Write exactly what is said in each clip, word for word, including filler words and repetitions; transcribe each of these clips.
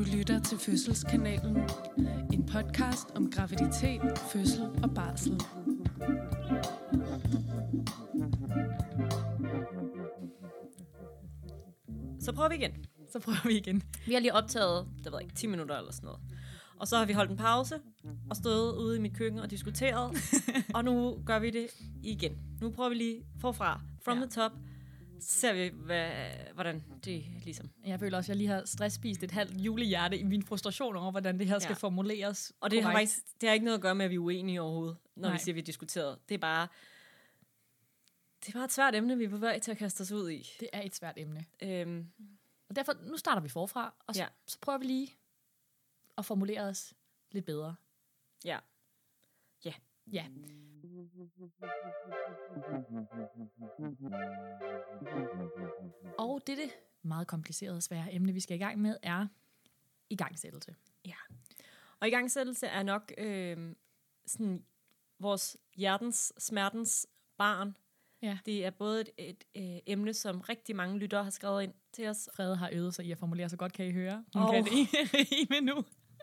lytter til Fødselskanalen, en podcast om graviditet, fødsel og barsel. Så prøver vi igen. Så prøver vi igen. Vi har lige optaget, det ved jeg ikke, ti minutter eller sådan noget. Og så har vi holdt en pause og stået ude i mit køkken og diskuteret. Og nu gør vi det igen. Nu prøver vi lige forfra, from ja. the top. Så ser vi, hvad, hvordan det ligesom... Jeg føler også, at jeg lige har stressspist et halvt julehjerte i min frustration over, hvordan det her skal ja. formuleres. Og det har, faktisk, det har ikke noget at gøre med, at vi er uenige overhovedet, når Nej. vi siger, at vi har diskuteret. Det er bare... Det er bare et svært emne, vi er på vej til at kaste os ud i. Det er et svært emne. Øhm. Og derfor, nu starter vi forfra, og så, ja. så prøver vi lige at formulere os lidt bedre. Ja. Ja. Ja. Og dette meget komplicerede og svære emne, vi skal i gang med, er igangsættelse. Ja. Og igangsættelse er nok øh, sådan vores hjertens, smertens barn. Ja. Det er både et, et, et emne, som rigtig mange lyttere har skrevet ind til os. Frede har øvet sig i at formulere så godt, kan I høre. Hun oh. kan det i nu.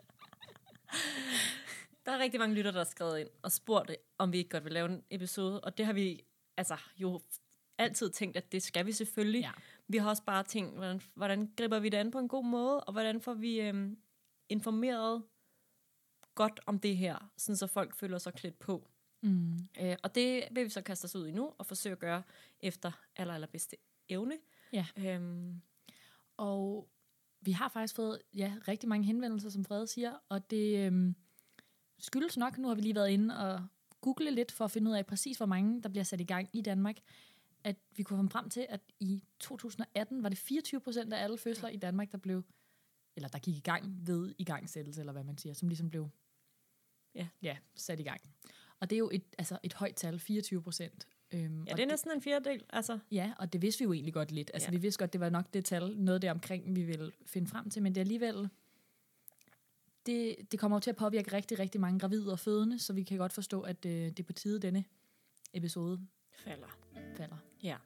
Der er rigtig mange lyttere, der har skrevet ind og spurgt, om vi ikke godt vil lave en episode. Og det har vi altså jo altid tænkt, at det skal vi selvfølgelig. Ja. Vi har også bare tænkt, hvordan, hvordan griber vi det an på en god måde, og hvordan får vi øhm, informeret godt om det her, sådan så folk føler sig klædt på. Mm. Øh, og det vil vi så kaste os ud i nu, og forsøge at gøre efter aller, allerbedste evne. Ja. Øhm. Og vi har faktisk fået ja, rigtig mange henvendelser, som Frede siger, og det øhm, skyldes nok, nu har vi lige været inde og google lidt, for at finde ud af præcis, hvor mange der bliver sat i gang i Danmark, at vi kunne komme frem til, at i to tusind atten var det fireogtyve procent af alle fødsler i Danmark, der blev, eller der gik i gang ved igangsættelse, eller hvad man siger, som ligesom blev ja. Ja, sat i gang. Og det er jo et, altså et højt tal, fireogtyve procent. Øhm, ja, det er næsten en fjerdedel. Altså. Ja, og det vidste vi jo egentlig godt lidt. Altså, ja. vi vidste godt, det var nok det tal, noget der omkring, vi ville finde frem til, men det er alligevel, det, det kommer jo til at påvirke rigtig, rigtig mange gravide og fødende, så vi kan godt forstå, at øh, det er på tide, denne episode falder. falder. Ja.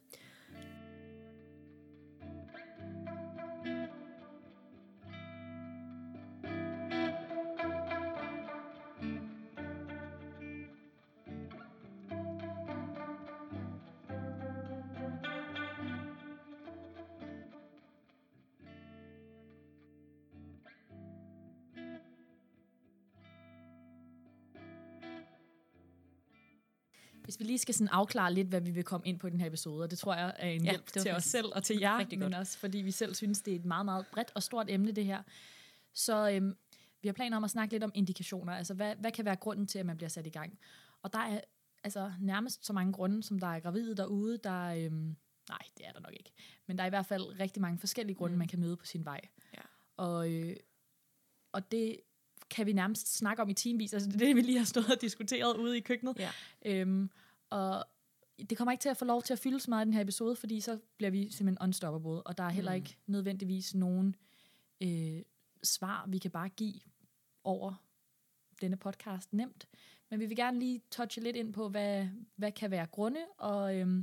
Hvis vi lige skal sådan afklare lidt, hvad vi vil komme ind på i den her episode, og det tror jeg er en ja, hjælp til os selv og til jer, men godt. også fordi vi selv synes, det er et meget, meget bredt og stort emne, det her. Så øhm, vi har planer om at snakke lidt om indikationer, altså hvad, hvad kan være grunden til, at man bliver sat i gang? Og der er altså nærmest så mange grunde, som der er gravide derude, der øhm, nej, det er der nok ikke, men der er i hvert fald rigtig mange forskellige grunde, mm. man kan møde på sin vej. Ja. Og, øh, og det kan vi nærmest snakke om i timevis, altså det er det, vi lige har stået og diskuteret ude i køkkenet. Ja. Øhm, og det kommer ikke til at få lov til at fylde så meget i den her episode, fordi så bliver vi simpelthen unstoppable, og der er heller ikke mm. nødvendigvis nogen øh, svar, vi kan bare give over denne podcast nemt. Men vi vil gerne lige touche lidt ind på, hvad, hvad kan være grunde, og, øhm,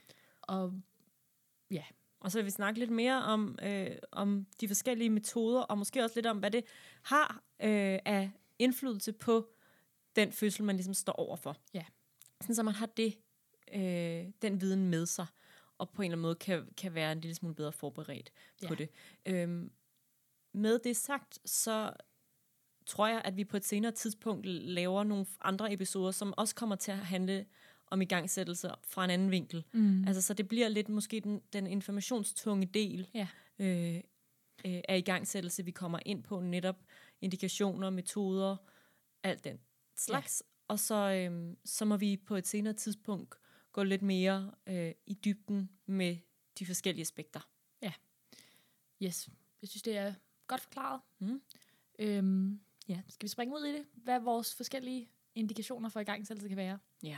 og ja. Og så vil vi snakke lidt mere om, øh, om de forskellige metoder, og måske også lidt om, hvad det har øh, af indflydelse på den fødsel, man ligesom står overfor. Ja. Sådan så man har det, øh, den viden med sig, og på en eller anden måde kan, kan være en lille smule bedre forberedt ja. på det. Øhm, med det sagt, så tror jeg, at vi på et senere tidspunkt laver nogle andre episoder, som også kommer til at handle om igangsættelse fra en anden vinkel. Mm. Altså, så det bliver lidt måske den, den informationstunge del ja. øh, øh, af igangsættelse, vi kommer ind på, netop indikationer, metoder, alt den slags. Ja. Og så, øh, så må vi på et senere tidspunkt gå lidt mere øh, i dybden med de forskellige aspekter. Ja. Yes. Jeg synes, det er godt forklaret. Mm. Øhm, ja. Skal vi springe ud i det? Hvad vores forskellige indikationer for igangsættelse kan være? Ja.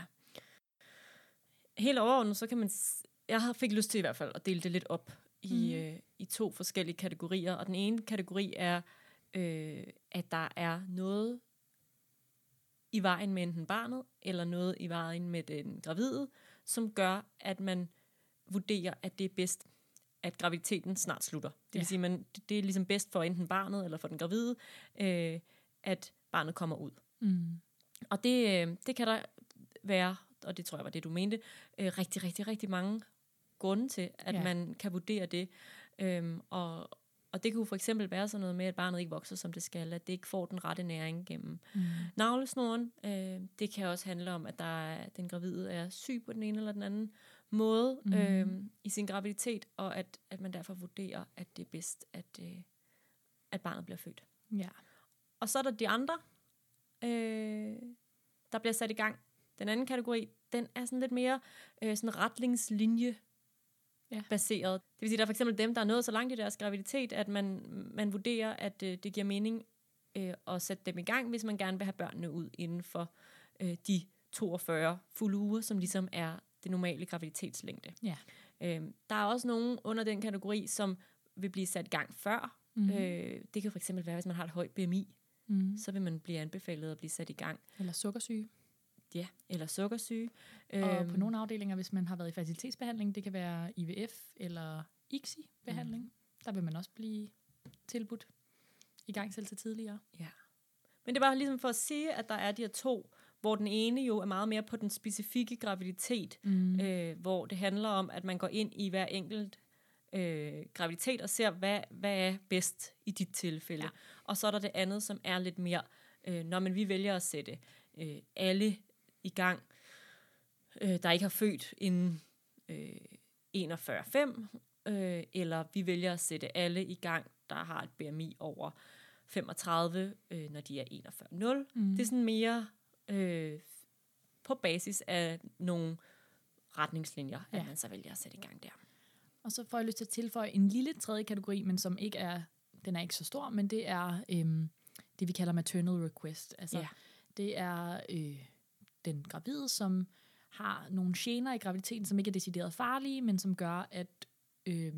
Helt overordnet, så kan man... Jeg har fik lyst til i hvert fald at dele det lidt op i, mm. øh, i to forskellige kategorier. Og den ene kategori er, øh, at der er noget i vejen med enten barnet, eller noget i vejen med den gravide, som gør, at man vurderer, at det er bedst, at graviditeten snart slutter. Det vil Ja. sige, man, det er ligesom bedst for enten barnet eller for den gravide, øh, at barnet kommer ud. Mm. Og det, øh, det kan der være, og det tror jeg var det, du mente, øh, rigtig, rigtig, rigtig mange grunde til, at Ja. ja. man kan vurdere det. Øhm, og, og det kan jo for eksempel være sådan noget med, at barnet ikke vokser, som det skal, at det ikke får den rette næring gennem Mm. navlesnoren. Øh, det kan også handle om, at der er, den gravide er syg på den ene eller den anden måde Mhm. øh, i sin graviditet, og at, at man derfor vurderer, at det er bedst, at, øh, at barnet bliver født. Ja. Og så er der de andre, øh, der bliver sat i gang. Den anden kategori, den er sådan lidt mere øh, sådan retningslinje Ja. baseret. Det vil sige, der er for eksempel dem, der er nået så langt i deres graviditet, at man, man vurderer, at øh, det giver mening øh, at sætte dem i gang, hvis man gerne vil have børnene ud inden for øh, de toogfyrre fulde uger, som ligesom er det normale graviditetslængde. Ja. Øh, der er også nogen under den kategori, som vil blive sat i gang før. Mm. Øh, det kan for eksempel være, hvis man har et højt B M I, Mm. så vil man blive anbefalet at blive sat i gang. Eller sukkersyge. Ja, eller sukkersyge. Og Øhm, på nogle afdelinger, hvis man har været i fertilitetsbehandling, det kan være I V F eller I C S I-behandling, mm. der vil man også blive tilbudt i gang selv til tidligere. Ja. Men det var ligesom for at sige, at der er de her to, hvor den ene jo er meget mere på den specifikke graviditet, Mm. øh, hvor det handler om, at man går ind i hver enkelt øh, graviditet og ser, hvad, hvad er bedst i dit tilfælde. Ja. Og så er der det andet, som er lidt mere, øh, når man vi vælger at sætte øh, alle i gang, øh, der ikke har født inden øh, enogfyrre komma fem, øh, eller vi vælger at sætte alle i gang, der har et B M I over femogtredive, øh, når de er enogfyrre komma nul. Mm. Det er sådan mere øh, på basis af nogle retningslinjer, ja. Ja. at man så vælger at sætte i gang der. Og så får jeg lyst til at tilføje en lille tredje kategori, men som ikke er, den er ikke så stor, men det er øhm, det, vi kalder maternal request. Altså, Ja. det er øh, den gravide, som har nogle gener i graviditeten, som ikke er decideret farlige, men som gør, at øh,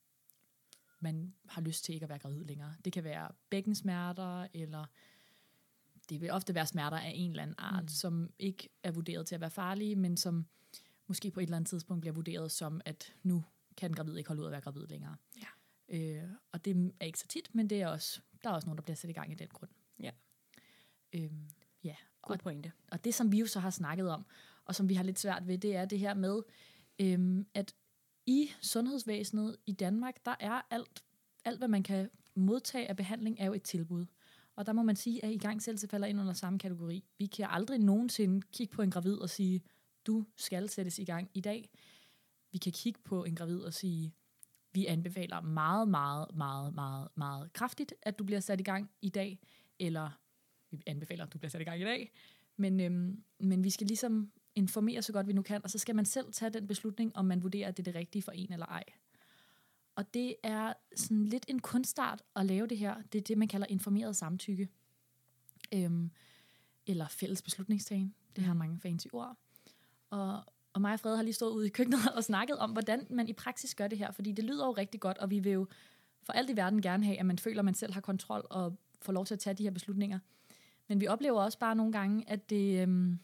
man har lyst til ikke at være gravid længere. Det kan være bækkensmerter, eller det vil ofte være smerter af en eller anden art, mm. som ikke er vurderet til at være farlige, men som måske på et eller andet tidspunkt bliver vurderet som, at nu kan den gravide ikke holde ud at være gravid længere. Ja. Øh, og det er ikke så tit, men det er også, der er også nogen, der bliver sat i gang i den grund. Ja. Øhm, ja. God Og, pointe. og det, som vi jo så har snakket om, og som vi har lidt svært ved, det er det her med, øhm, at i sundhedsvæsenet i Danmark, der er alt, alt, hvad man kan modtage af behandling, er jo et tilbud. Og der må man sige, at igangsættelse falder ind under samme kategori. Vi kan aldrig nogensinde kigge på en gravid og sige, du skal sættes i gang i dag. Vi kan kigge på en gravid og sige, vi anbefaler meget, meget, meget, meget, meget kraftigt, at du bliver sat i gang i dag, eller vi anbefaler, at du bliver sat i gang i dag. Men, øhm, men vi skal ligesom informere så godt vi nu kan, og så skal man selv tage den beslutning, om man vurderer, at det er det rigtige for en eller ej. Og det er sådan lidt en kunstart at lave det her. Det er det, man kalder informeret samtykke. Øhm, eller fælles beslutningstagen. Det har mange fancy ord. Og, og mig og Frede har lige stået ude i køkkenet og snakket om, hvordan man i praksis gør det her. Fordi det lyder jo rigtig godt, og vi vil jo for alt i verden gerne have, at man føler, at man selv har kontrol og får lov til at tage de her beslutninger. Men vi oplever også bare nogle gange, at det, øhm,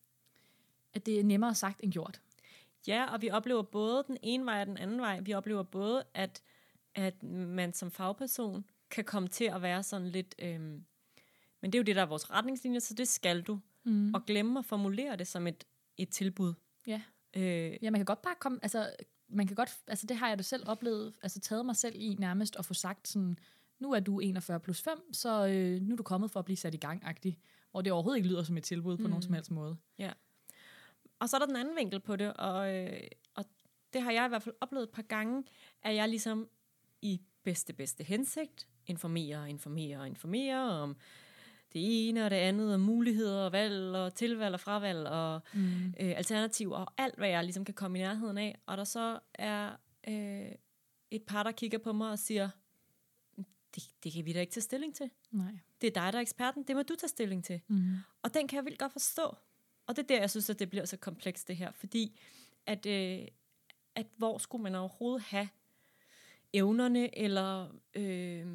at det er nemmere sagt end gjort. Ja, og vi oplever både den ene vej og den anden vej. Vi oplever både, at, at man som fagperson kan komme til at være sådan lidt... Øhm, men det er jo det, der er vores retningslinjer, så det skal du. Mm. Og glemme at formulere det som et, et tilbud. Ja. Øh, Ja, man kan godt bare komme, altså, man kan godt, altså det har jeg da selv oplevet, altså taget mig selv i nærmest at få sagt sådan, nu er du enogfyrre plus fem, så øh, nu er du kommet for at blive sat i gang-agtig, og det overhovedet ikke lyder som et tilbud på Mm. nogen som helst måde. Ja. Og så er der den anden vinkel på det, og, øh, og det har jeg i hvert fald oplevet et par gange, at jeg ligesom i bedste, bedste hensigt informerer og informerer og informerer om det ene og det andet, og muligheder og valg og tilvalg og fravalg og Mm. øh, alternativer og alt, hvad jeg ligesom kan komme i nærheden af. Og der så er øh, et par, der kigger på mig og siger, det, det kan vi da ikke tage stilling til. Nej. Det er dig, der er eksperten. Det må du tage stilling til. Mm. Og den kan jeg vildt godt forstå. Og det er der, jeg synes, at det bliver så komplekst, det her. Fordi, at, øh, at hvor skulle man overhovedet have evnerne eller øh,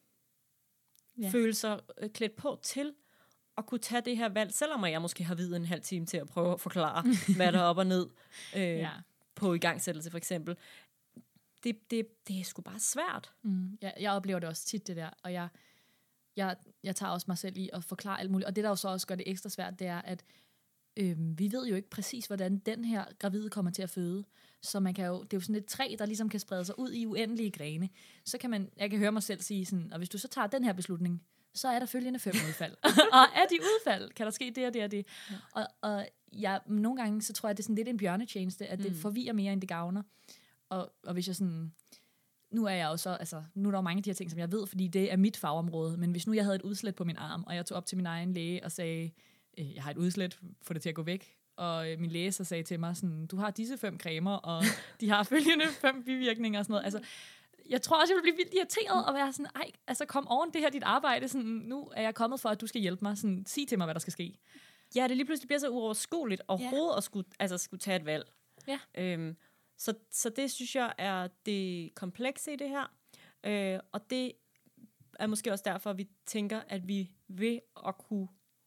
Ja. følelser øh, klædt på til at kunne tage det her valg, selvom jeg måske har videt en halv time til at prøve at forklare, hvad der er op og ned øh, Ja. på igangsættelse for eksempel. det, det, det er sgu bare svært. Mm, jeg, jeg oplever det også tit, det der, og jeg, jeg, jeg tager også mig selv i at forklare alt muligt. Og det, der jo så også gør det ekstra svært, det er, at øhm, vi ved jo ikke præcis, hvordan den her gravide kommer til at føde. Så man kan jo, det er jo sådan et træ, der ligesom kan sprede sig ud i uendelige grene. Så kan man, jeg kan høre mig selv sige sådan, og hvis du så tager den her beslutning, så er der følgende fem udfald. Og af de udfald kan der ske det og det og det. Ja. Og, og jeg, nogle gange, så tror jeg, det er sådan lidt en bjørnetjeneste, at det mm. forvirrer mere, end det gavner. Og, og hvis jeg sådan... Nu er jeg jo så... Altså, nu er der jo mange af de her ting, som jeg ved, fordi det er mit fagområde. Men hvis nu jeg havde et udslæt på min arm, og jeg tog op til min egen læge og sagde, øh, jeg har et udslæt, få det til at gå væk. Og øh, min læge så sagde til mig sådan, du har disse fem cremer, og de har følgende fem bivirkninger og sådan noget. Altså, jeg tror også, jeg vil blive vildt irriteret og være sådan, ej, altså kom oven det her dit arbejde. Sådan, nu er jeg kommet for, at du skal hjælpe mig. Sådan, sig til mig, hvad der skal ske. Ja, det lige pludselig bliver så uoverskueligt overhovedet ja. at skulle, altså, skulle tage et valg. Ja. Øhm, så, så det synes jeg er det komplekse i det her. Øh, og det er måske også derfor, at vi tænker, at vi ved at kunne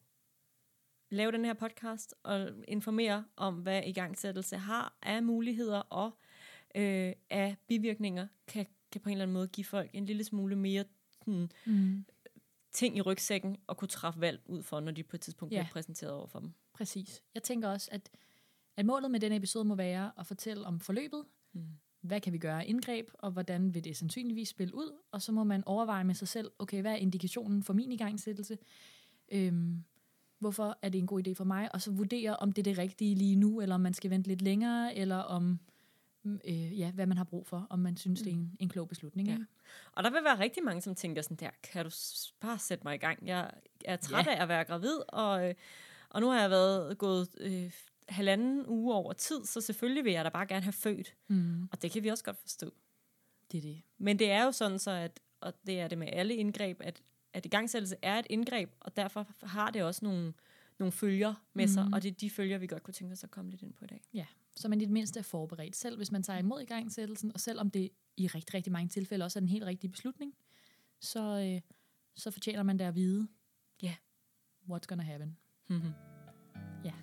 lave den her podcast og informere om, hvad igangsættelse har af muligheder og øh, af bivirkninger, kan, kan på en eller anden måde give folk en lille smule mere sådan, mm. ting i rygsækken og kunne træffe valg ud for, når de på et tidspunkt ja. bliver præsenteret over for dem. Præcis. Jeg tænker også, at, at målet med denne episode må være at fortælle om forløbet. Mm. Hvad kan vi gøre af indgreb, og hvordan vil det sandsynligvis spille ud? Og så må man overveje med sig selv, okay, hvad er indikationen for min igangsættelse? Øhm, hvorfor er det en god idé for mig? Og så vurdere, om det er det rigtige lige nu, eller om man skal vente lidt længere, eller om øh, ja, hvad man har brug for, om man synes, mm. det er en, en klog beslutning. Ja. Og der vil være rigtig mange, som tænker sådan der, kan du bare sætte mig i gang? Jeg er træt ja. af at være gravid, og, øh, og nu har jeg været gået øh, halvanden uge over tid, så selvfølgelig vil jeg da bare gerne have født. Mm. Og det kan vi også godt forstå. Det er det. Men det er jo sådan så, at, og det er det med alle indgreb, at, at igangsættelse er et indgreb, og derfor har det også nogle, nogle følger med sig, mm. og det er de følger, vi godt kunne tænke os at komme lidt ind på i dag. Ja, så man i det mindste er forberedt. Selv hvis man tager imod igangsættelsen, og selvom det i rigtig, rigtig mange tilfælde også er en helt rigtig beslutning, så, øh, så fortjener man da at vide, ja, yeah. what's gonna happen. Mm-hmm. Ja.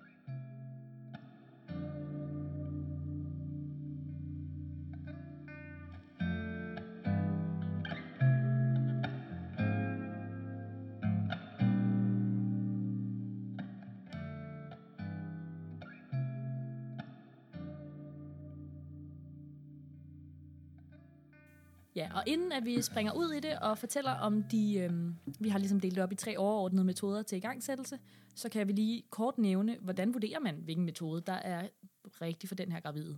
Ja, og inden at vi springer ud i det og fortæller om de, øhm, vi har ligesom delt det op i tre overordnede metoder til igangsættelse, så kan vi lige kort nævne, hvordan vurderer man, hvilken metode, der er rigtig for den her gravide.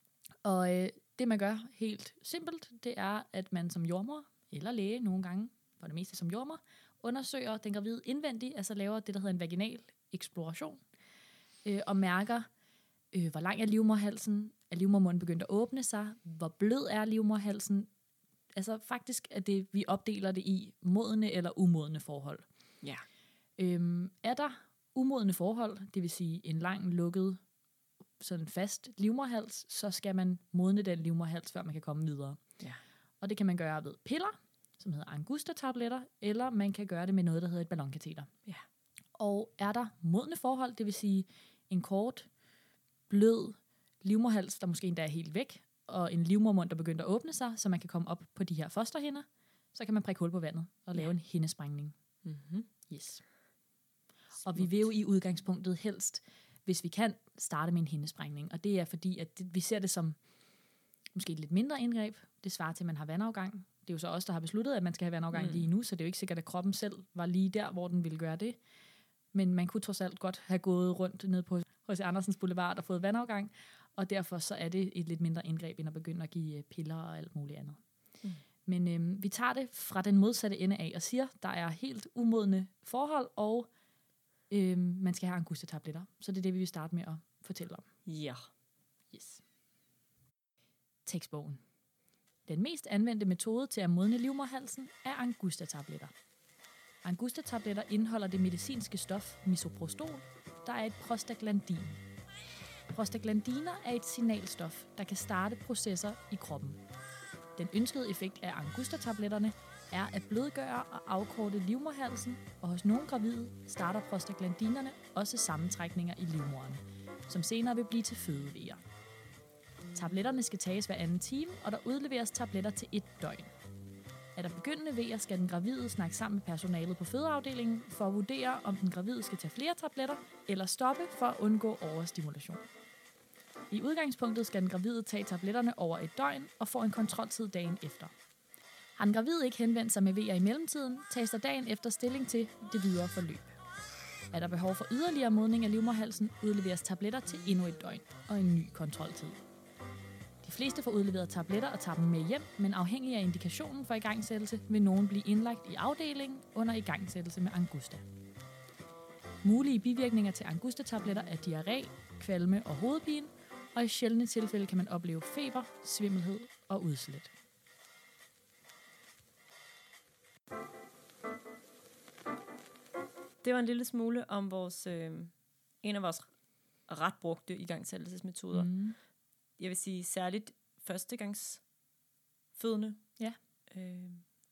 Og øh, det man gør helt simpelt, det er, at man som jordmor eller læge nogle gange, for det meste som jordmor, undersøger den gravide indvendigt, altså laver det, der hedder en vaginal eksploration, øh, og mærker, øh, hvor lang er livmoderhalsen, er livmodermunden begyndt at åbne sig, hvor blød er livmoderhalsen. Altså faktisk er det, vi opdeler det i modne eller umodne forhold. Ja. Øhm, er der umodne forhold, det vil sige en lang, lukket, sådan fast livmoderhals, så skal man modne den livmoderhals, før man kan komme videre. Ja. Og det kan man gøre ved piller, som hedder Angusta-tabletter, eller man kan gøre det med noget, der hedder et ballonkateter. Ja. Og er der modne forhold, det vil sige en kort, blød livmoderhals, der måske endda er helt væk, og en livmormund, der begynder at åbne sig, så man kan komme op på de her fosterhinder, så kan man prikke hul på vandet og lave ja. en hindesprængning. Mm-hmm. Yes. Smukt. Og vi vil jo i udgangspunktet helst, hvis vi kan, starte med en hindesprængning. Og det er fordi, at det, vi ser det som måske et lidt mindre indgreb. Det svarer til, at man har vandafgang. Det er jo så os, der har besluttet, at man skal have vandafgang mm. lige nu, så det er jo ikke sikkert, at kroppen selv var lige der, hvor den ville gøre det. Men man kunne trods alt godt have gået rundt ned på H C Andersens Boulevard og fået vandafgang, og derfor så er det et lidt mindre indgreb, end at begynde at give piller og alt muligt andet. Mm. Men øhm, vi tager det fra den modsatte ende af og siger, der er helt umodne forhold, og øhm, man skal have Angusta-tabletter. Så det er det, vi vil starte med at fortælle om. Ja. Yes. Tekstbogen. Den mest anvendte metode til at modne livmoderhalsen er Angusta-tabletter. Angusta-tabletter indeholder det medicinske stof misoprostol, der er et prostaglandin. Prostaglandiner er et signalstof, der kan starte processer i kroppen. Den ønskede effekt af Angusta-tabletterne er at blødgøre og afkorte livmoderhalsen, og hos nogle gravide starter prostaglandinerne også sammentrækninger i livmoderen, som senere vil blive til fødevejer. Tabletterne skal tages hver anden time, og der udleveres tabletter til et døgn. Er der begyndende vejer, skal den gravide snakke sammen med personalet på fødeafdelingen for at vurdere, om den gravide skal tage flere tabletter eller stoppe for at undgå overstimulation. I udgangspunktet skal den gravide tage tabletterne over et døgn og få en kontroltid dagen efter. Har den gravide ikke henvendt sig med vejer i mellemtiden, tages der dagen efter stilling til det videre forløb. Er der behov for yderligere modning af livmoderhalsen, udleveres tabletter til endnu et døgn og en ny kontroltid. De fleste får udleveret tabletter og tager dem med hjem, men afhængig af indikationen for igangsættelse vil nogen blive indlagt i afdelingen under igangsættelse med angusta. Mulige bivirkninger til angusta-tabletter er diarré, kvalme og hovedpine, og i sjældne tilfælde kan man opleve feber, svimmelhed og udslæt. Det var en lille smule om vores, øh, en af vores ret brugte igangsættelsesmetoder. Mm. Jeg vil sige særligt førstegangsfødende ja. øh,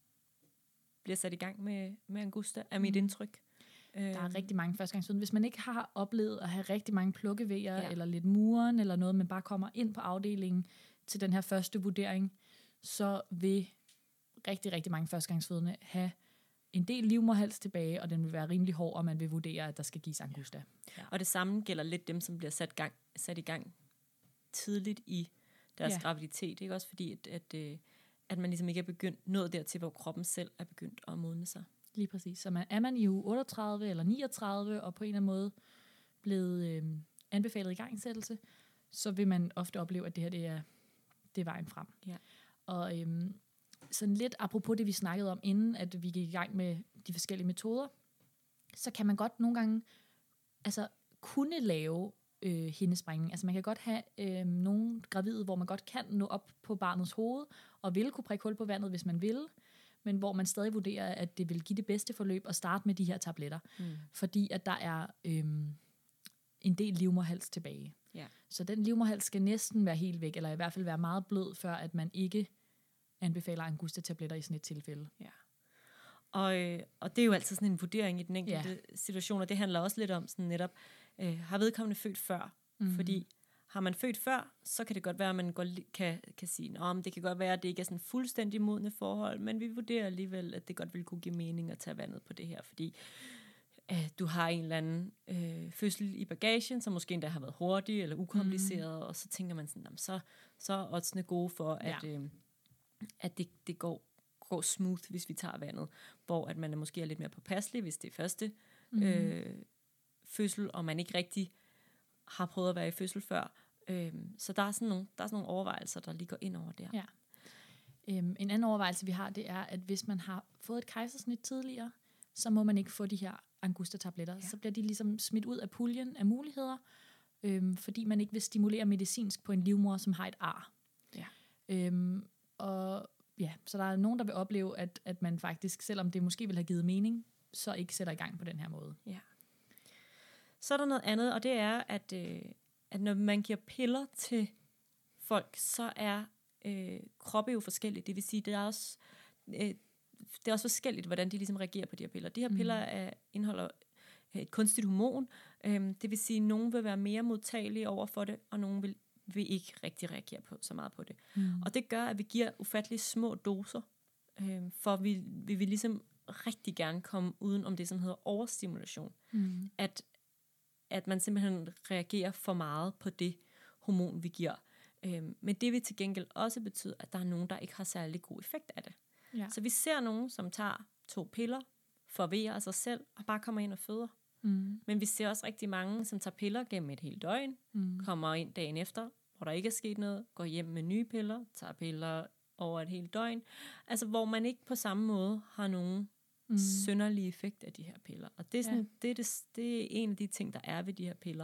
bliver sat i gang med, med angusta, er mit mm. indtryk. Der er rigtig mange førstegangsfødende. Hvis man ikke har oplevet at have rigtig mange plukkevejer, ja. eller lidt muren, eller noget, men bare kommer ind på afdelingen til den her første vurdering, så vil rigtig, rigtig mange førstegangsfødende have en del livmoderhals tilbage, og den vil være rimelig hård, og man vil vurdere, at der skal gives angusta. Ja. Og det samme gælder lidt dem, som bliver sat, gang, sat i gang tidligt i deres ja. graviditet. Ikke? Også fordi, at, at, at man ligesom ikke er begyndt nået dertil, hvor kroppen selv er begyndt at modne sig. Lige præcis. Så man, er man i uge otteogtredive eller niogtredive, og på en eller anden måde blevet øh, anbefalet igangsættelse, så vil man ofte opleve, at det her det er, det er vejen frem. Ja. Og øh, sådan lidt apropos det, vi snakkede om, inden at vi gik i gang med de forskellige metoder, så kan man godt nogle gange altså, kunne lave øh, hindesprængning. Altså man kan godt have øh, nogle gravide, hvor man godt kan nå op på barnets hoved, og vil kunne prikke hul på vandet, hvis man vil, men hvor man stadig vurderer, at det vil give det bedste forløb at starte med de her tabletter. Mm. Fordi at der er øhm, en del livmoderhals tilbage. Ja. Så den livmoderhals skal næsten være helt væk, eller i hvert fald være meget blød, før at man ikke anbefaler angusta-tabletter i sådan et tilfælde. Ja. Og, øh, og det er jo altid sådan en vurdering i den enkelte ja. situation, og det handler også lidt om sådan netop, øh, har vedkommende født før? Mm. Fordi har man født før, så kan det godt være, at man går, kan, kan sige, at det kan godt være, at det ikke er sådan fuldstændig modne forhold, men vi vurderer alligevel, at det godt vil kunne give mening at tage vandet på det her, fordi øh, du har en eller anden øh, fødsel i bagagen, som måske endda har været hurtig eller ukompliceret, mm. og så tænker man sådan, så, så er oddsene gode for, at, ja. øh, at det, det går, går smooth, hvis vi tager vandet, hvor at man er måske er lidt mere påpasselig, hvis det er første mm. øh, fødsel, og man ikke rigtig har prøvet at være i fødsel før. Øhm, så der er, sådan nogle, der er sådan nogle overvejelser, der lige går ind over der. Ja. Øhm, en anden overvejelse, vi har, det er, at hvis man har fået et kejsersnit tidligere, så må man ikke få de her angusta-tabletter. Ja. Så bliver de ligesom smidt ud af puljen af muligheder, øhm, fordi man ikke vil stimulere medicinsk på en livmoder, som har et ar. Ja. Øhm, og ja, så der er nogen, der vil opleve, at, at man faktisk, selvom det måske vil have givet mening, så ikke sætter i gang på den her måde. Ja. Så er der noget andet, og det er, at, øh, at når man giver piller til folk, så er øh, kroppe jo forskellige. Det vil sige, det er også, øh, det er også forskelligt, hvordan de ligesom reagerer på de her piller. De her mm. piller er, indeholder et kunstigt hormon. Øh, det vil sige, at nogen vil være mere modtagelige over for det, og nogen vil, vil ikke rigtig reagere på, så meget på det. Mm. Og det gør, at vi giver ufattelig små doser, øh, for vi, vi vil ligesom rigtig gerne komme uden om det, som hedder overstimulation. Mm. At at man simpelthen reagerer for meget på det hormon, vi giver. Øhm, men det vil til gengæld også betyde, at der er nogen, der ikke har særlig god effekt af det. Ja. Så vi ser nogen, som tager to piller, forvejer sig selv, og bare kommer ind og føder. Mm. Men vi ser også rigtig mange, som tager piller gennem et helt døgn, mm. kommer ind dagen efter, hvor der ikke er sket noget, går hjem med nye piller, tager piller over et helt døgn. Altså, hvor man ikke på samme måde har nogen Mm. synderlig effekt af de her piller. Og det er, sådan, ja. det, er det, det er en af de ting, der er ved de her piller.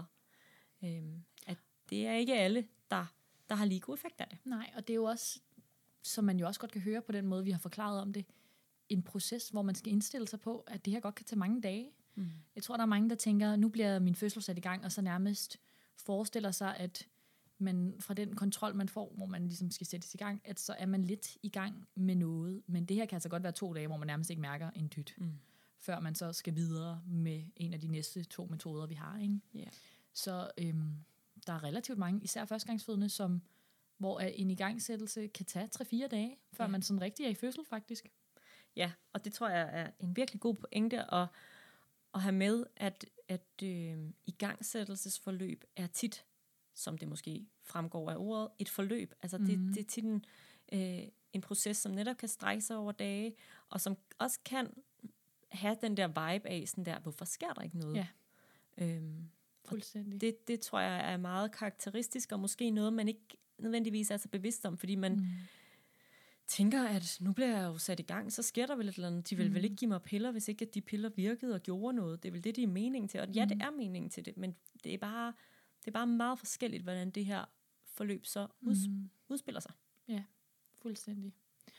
Øhm, at det er ikke alle, der, der har lige god effekt af det. Nej, og det er jo også, som man jo også godt kan høre på den måde, vi har forklaret om det, en proces, hvor man skal indstille sig på, at det her godt kan tage mange dage. Mm. Jeg tror, der er mange, der tænker, nu bliver min fødsel sat i gang, og så nærmest forestiller sig, at man fra den kontrol, man får, hvor man ligesom skal sættes i gang, at så er man lidt i gang med noget. Men det her kan altså godt være to dage, hvor man nærmest ikke mærker en dyt, mm. før man så skal videre med en af de næste to metoder, vi har. Ikke? Yeah. Så øhm, der er relativt mange, især førstegangsfødende, som hvor en igangsættelse kan tage tre fire dage, før Ja. man sådan rigtig er i fødsel faktisk. Ja, og det tror jeg er en virkelig god pointe at, at have med, at, at øh, igangsættelsesforløb er tit, som det måske fremgår af ordet, et forløb. Altså det, Mhm. det er tit en, øh, en proces, som netop kan strække sig over dage, og som også kan have den der vibe af, sådan der, hvorfor sker der ikke noget? Ja. Øhm, Fuldstændig. det, det tror jeg er meget karakteristisk, og måske noget, man ikke nødvendigvis er så bevidst om, fordi man Mm. tænker, at nu bliver jeg jo sat i gang, så sker der vel et eller andet. De vil mm. vel Mm. ikke give mig piller, hvis ikke at de piller virkede og gjorde noget. Det er vel det, de er meningen til. Og ja, det Mm. er meningen til det, men det er bare, det er bare meget forskelligt, hvordan det her forløb så ud, Mm. udspiller sig. Fuldstændig.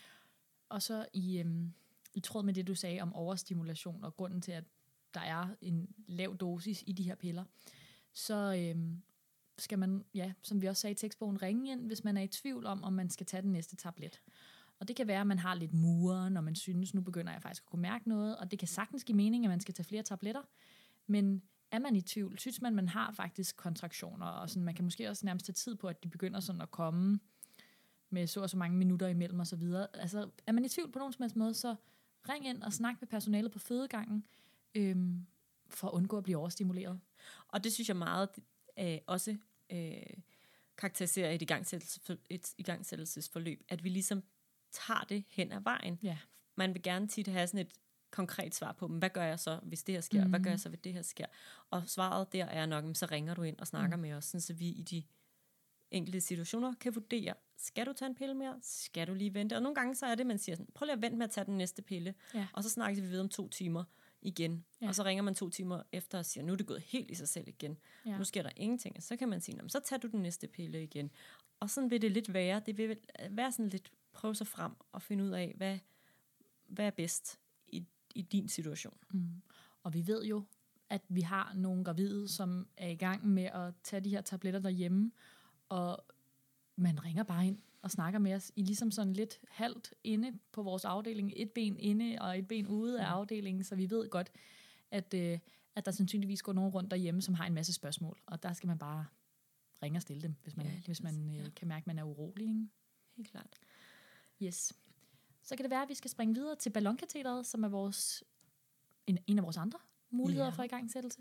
Og så i, øhm, i tråd med det, du sagde om overstimulation, og grunden til, at der er en lav dosis i de her piller, så øhm, skal man, ja, som vi også sagde i tekstbogen, ringe ind, hvis man er i tvivl om, om man skal tage den næste tablet. Og det kan være, at man har lidt murer, når man synes, nu begynder jeg faktisk at kunne mærke noget, og det kan sagtens give mening, at man skal tage flere tabletter, men er man i tvivl, synes man, man har faktisk kontraktioner, og sådan, man kan måske også nærmest tage tid på, at de begynder sådan at komme med så og så mange minutter imellem og så videre. Altså, er man i tvivl på nogen som helst måde, så ring ind og snak med personalet på fødegangen, øhm, for at undgå at blive overstimuleret. Og det synes jeg meget øh, også øh, karakteriserer et, igangsættelses, et igangsættelsesforløb, at vi ligesom tager det hen ad vejen. Ja. Man vil gerne tit have sådan et konkret svar på, hvad gør jeg så, hvis det her sker? Mm. Hvad gør jeg så, hvis det her sker? Og svaret der er nok, så ringer du ind og snakker mm. med os, sådan, så vi i de enkelte situationer kan vurdere, skal du tage en pille mere? Skal du lige vente? Og nogle gange så er det, man siger sådan, prøv lige at vente med at tage den næste pille, Ja. og så snakker vi ved om to timer igen. Ja. Og så ringer man to timer efter og siger, nu er det gået helt i sig selv igen. Ja. Nu sker der ingenting. Og så kan man sige, så tager du den næste pille igen. Og sådan vil det lidt være. Det vil være sådan lidt, prøve sig frem og finde ud af, hvad, hvad er bedst i, i din situation. Mm. Og vi ved jo, at vi har nogle gravide, som er i gang med at tage de her tabletter derhjemme, og man ringer bare ind og snakker med os i ligesom sådan lidt halvt inde på vores afdeling, et ben inde og et ben ude af afdelingen, så vi ved godt, at, øh, at der sandsynligvis går nogen rundt derhjemme, som har en masse spørgsmål, og der skal man bare ringe og stille dem, hvis man, Ja, ja, hvis man præcis, øh, ja. kan mærke, at man er urolig. Ikke? Helt klart. Yes. Så kan det være, at vi skal springe videre til ballonkatheteret, som er vores, en, en af vores andre muligheder Ja. for igangsættelse.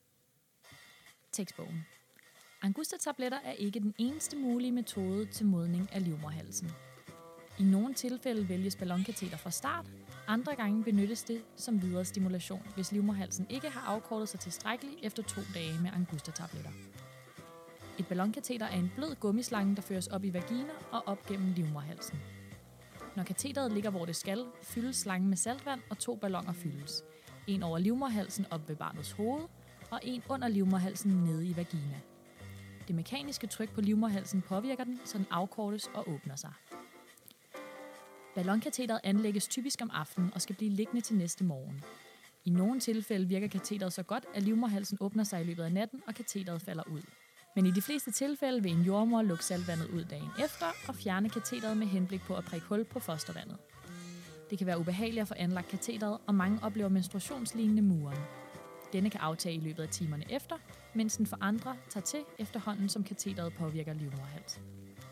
Tekstbogen. Angusta-tabletter er ikke den eneste mulige metode til modning af livmoderhalsen. I nogle tilfælde vælges ballonkateter fra start, andre gange benyttes det som videre stimulation, hvis livmoderhalsen ikke har afkortet sig tilstrækkeligt efter to dage med Angusta-tabletter. Et ballonkateter er en blød gummislange, der føres op i vagina og op gennem livmoderhalsen. Når kateteret ligger, hvor det skal, fyldes slangen med saltvand, og to balloner fyldes. En over livmoderhalsen op ved barnets hoved, og en under livmoderhalsen nede i vagina. Det mekaniske tryk på livmoderhalsen påvirker den, så den afkortes og åbner sig. Ballonkateteret anlægges typisk om aftenen og skal blive liggende til næste morgen. I nogle tilfælde virker kateteret så godt, at livmoderhalsen åbner sig i løbet af natten, og kateteret falder ud. Men i de fleste tilfælde vil en jordmor lukke saltvandet ud dagen efter og fjerne kateteret med henblik på at prikke hul på fostervandet. Det kan være ubehageligt at få anlagt kateteret, og mange oplever menstruationslignende muren. Denne kan aftage i løbet af timerne efter, mens den for andre tager til efterhånden, som kateteret påvirker livmoderhalsen.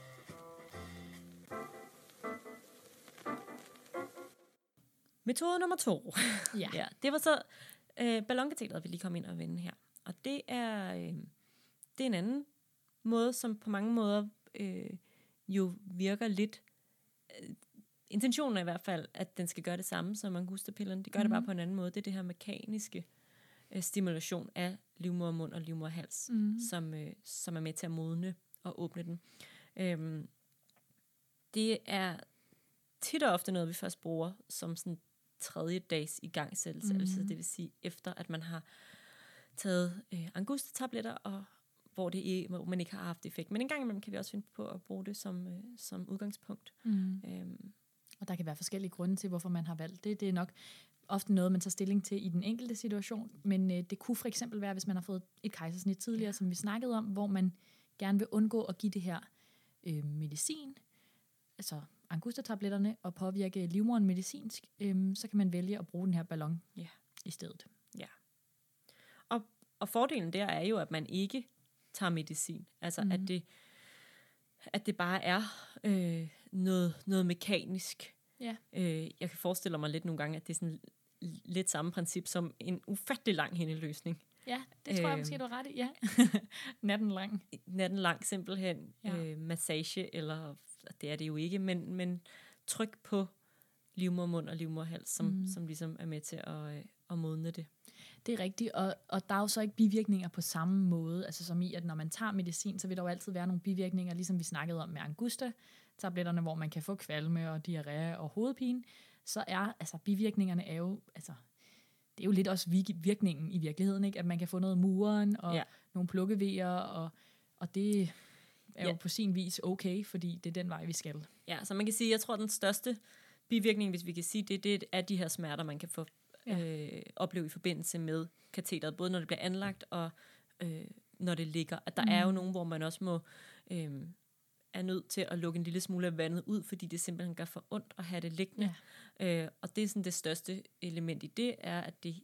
Metode nummer to. Ja. Ja, det var så øh, ballonkateteret, vi lige kom ind og vende her. Og det er, øh, det er en anden måde, som på mange måder øh, jo virker lidt... Øh, intentionen er i hvert fald, at den skal gøre det samme som Angusta-pillerne. Det gør mm. det bare på en anden måde. Det er det her mekaniske øh, stimulation af livmodermund og livmoderhals, mm. som, øh, som er med til at modne og åbne den. Øhm, det er tit og ofte noget, vi først bruger som sådan tredje dags igangsættelse, mm. altså det vil sige efter, at man har taget øh, Angusta-tabletter, og hvor, det, hvor man ikke har haft effekt. Men en gang imellem kan vi også finde på at bruge det som, øh, som udgangspunkt. Mm. Øhm. Og der kan være forskellige grunde til, hvorfor man har valgt det. Det er nok ofte noget, man tager stilling til i den enkelte situation, men øh, det kunne for eksempel være, hvis man har fået et kejsersnit tidligere, ja. som vi snakkede om, hvor man gerne vil undgå at give det her øh, medicin, altså Angusta-tabletterne, og påvirke livmoderen medicinsk, øh, så kan man vælge at bruge den her ballon ja. i stedet. Ja. Og, og fordelen der er jo, at man ikke tager medicin. Altså, mm. at det at det bare er øh, noget, noget mekanisk. Ja. Øh, jeg kan forestille mig lidt nogle gange, at det er sådan lidt samme princip som en ufattelig lang hændeløsning. Ja, det tror jeg Øh, måske, du er ret i. Ja. Natten lang. Natten lang simpelthen. Ja. Øh, massage, eller det er det jo ikke, men, men tryk på livmormund og livmorhals, som, Mm. mm. som ligesom er med til at, øh, at modne det. Det er rigtigt, og, og der er jo så ikke bivirkninger på samme måde, altså som i, at når man tager medicin, så vil der jo altid være nogle bivirkninger, ligesom vi snakkede om med Angusta-tabletterne, hvor man kan få kvalme og diarré og hovedpine, så er, altså bivirkningerne er jo, altså, det er jo lidt også virkningen i virkeligheden, ikke? At man kan få noget muren og Ja. nogle plukkevejer, og, og det er jo Ja. på sin vis okay, fordi det er den vej, vi skal. Ja, så man kan sige, jeg tror, at den største bivirkning, hvis vi kan sige det, det er de her smerter, man kan få Ja. øh, opleve i forbindelse med katheteret, både når det bliver anlagt og øh, når det ligger. At der Mm. mm. er jo nogen, hvor man også må øh, er nødt til at lukke en lille smule af vandet ud, fordi det simpelthen gør for ondt at have det liggende. Ja. Øh, og det er sådan det største element i det, er, at det,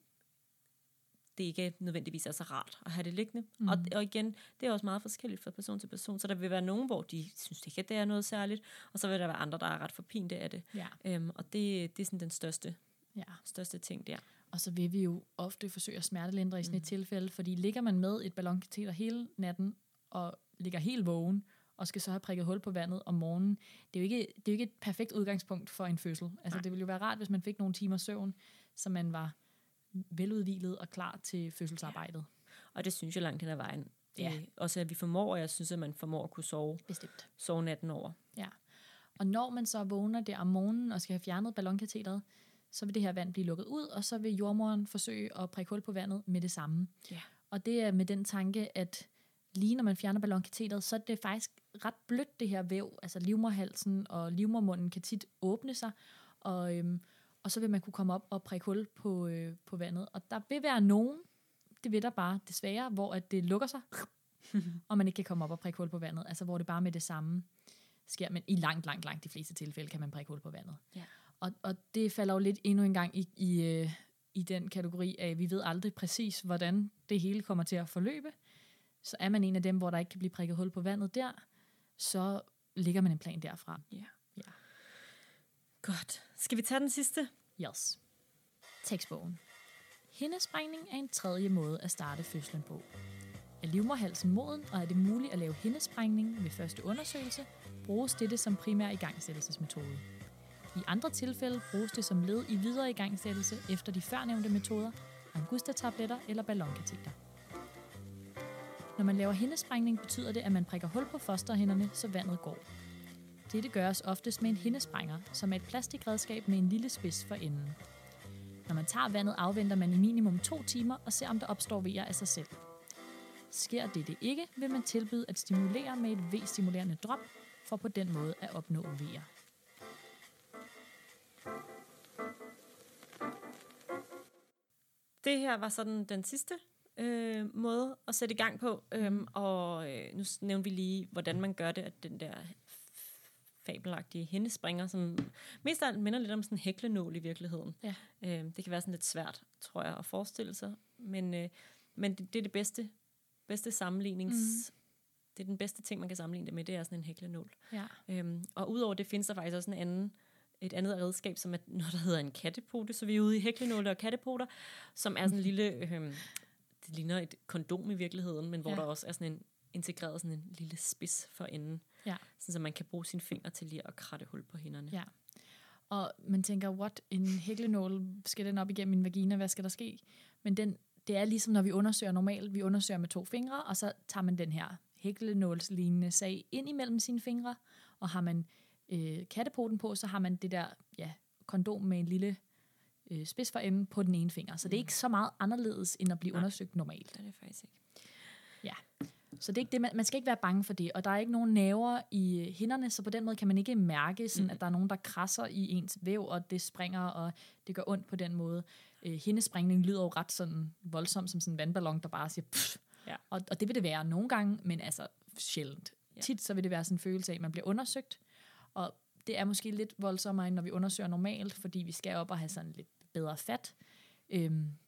det ikke nødvendigvis er så rart at have det liggende. Mm. Mm. Og, og igen, det er også meget forskelligt fra person til person, så der vil være nogen, hvor de synes ikke, at det er noget særligt, og så vil der være andre, der er ret forpinte af det. Ja. Øhm, og det, det er sådan den største, Ja. største ting der. Og så vil vi jo ofte forsøge at smertelindre i sådan et Mm. tilfælde, fordi ligger man med et ballonkateter hele natten, og ligger helt vågen, og skal så have prikket hul på vandet om morgenen, det er jo ikke, det er jo ikke et perfekt udgangspunkt for en fødsel. Altså Nej. det ville jo være rart, hvis man fik nogle timer søvn, så man var veludhvilet og klar til fødselsarbejdet. Og det synes jeg langt hen ad vejen. Ja. Øh, også at vi formår, og jeg synes, at man formår at kunne sove, Bestemt. sove natten over. Ja. Og når man så vågner der om morgenen og skal have fjernet ballonkateteret, så vil det her vand blive lukket ud, og så vil jordmoren forsøge at prikke hul på vandet med det samme. Ja. Og det er med den tanke, at lige når man fjerner ballonkateteret, så er det faktisk ret blødt, det her væv. Altså livmorhalsen og livmormunden kan tit åbne sig, og, øhm, og så vil man kunne komme op og prikke hul på, øh, på vandet. Og der vil være nogen, det vil der bare desværre, hvor at det lukker sig, og man ikke kan komme op og prikke hul på vandet. Altså hvor det bare med det samme sker. Men i langt, langt, langt de fleste tilfælde kan man prikke hul på vandet. Ja. Og, og det falder jo lidt endnu en gang i, i, øh, i den kategori af, vi ved aldrig præcis, hvordan det hele kommer til at forløbe. Så er man en af dem, hvor der ikke kan blive prikket hul på vandet der, så ligger man en plan derfra. Ja. Ja. Godt. Skal vi tage den sidste? Yes. Tekstbogen. Hindesprængning er en tredje måde at starte fødslen på. Er livmorhalsen moden, og er det muligt at lave hindesprængning ved første undersøgelse, bruges dette som primær igangsættelsesmetode. I andre tilfælde bruges det som led i videre igangsættelse efter de førnævnte metoder, Angusta-tabletter eller ballonkateter. Når man laver hindesprængning, betyder det, at man prikker hul på fosterhinderne, så vandet går. Dette gøres oftest med en hindesprænger, som er et plastikredskab med en lille spids for enden. Når man tager vandet, afventer man i minimum to timer og ser, om der opstår vejer af sig selv. Sker dette ikke, vil man tilbyde at stimulere med et V-stimulerende drop, for på den måde at opnå vejer. Det her var sådan den sidste øh, måde at sætte i gang på. Øhm, og øh, nu nævnte vi lige, hvordan man gør det, at den der fabelagtige hindespringer, som mest af alt minder lidt om sådan en hæklenål i virkeligheden. Ja. Øhm, det kan være sådan lidt svært, tror jeg, at forestille sig. Men, øh, men det, det er det bedste, bedste sammenlignings... Mm. Det er den bedste ting, man kan sammenligne det med, det er sådan en hæklenål. Ja. Øhm, og udover det findes der faktisk også en anden, et andet redskab, som er noget, der hedder en kattepote. Så vi er ude i hæklenåle og kattepoter, som er sådan en lille... Øh, det ligner et kondom i virkeligheden, men hvor Ja. der også er sådan en integreret sådan en lille spids for enden. Ja. Sådan, så man kan bruge sine fingre til lige at kratte hul på hænderne. Ja. Og man tænker, what, en hæklenål, skal den op igennem min vagina, hvad skal der ske? Men den, det er ligesom, når vi undersøger normalt, vi undersøger med to fingre, og så tager man den her hæklenålslignende sag ind imellem sine fingre, og har man øh, kattepoten på, så har man det der ja, kondom med en lille øh, spids for enden på den ene finger. Så mm. det er ikke så meget anderledes, end at blive Nej. undersøgt normalt. Det er det faktisk ikke. Ja. Så det er ikke det, man, man skal ikke være bange for det. Og der er ikke nogen nerver i hænderne, så på den måde kan man ikke mærke, sådan, mm. at der er nogen, der krasser i ens væv, og det springer, og det gør ondt på den måde. Øh, hindesprængning lyder jo ret sådan voldsomt, som sådan en vandballon, der bare siger pff. Ja. Og, og det vil det være nogle gange, men altså sjældent. Ja. Tit så vil det være sådan en følelse af, at man bliver undersøgt, og det er måske lidt voldsommere, end når vi undersøger normalt, fordi vi skal op og have sådan lidt bedre fat. Øhm, men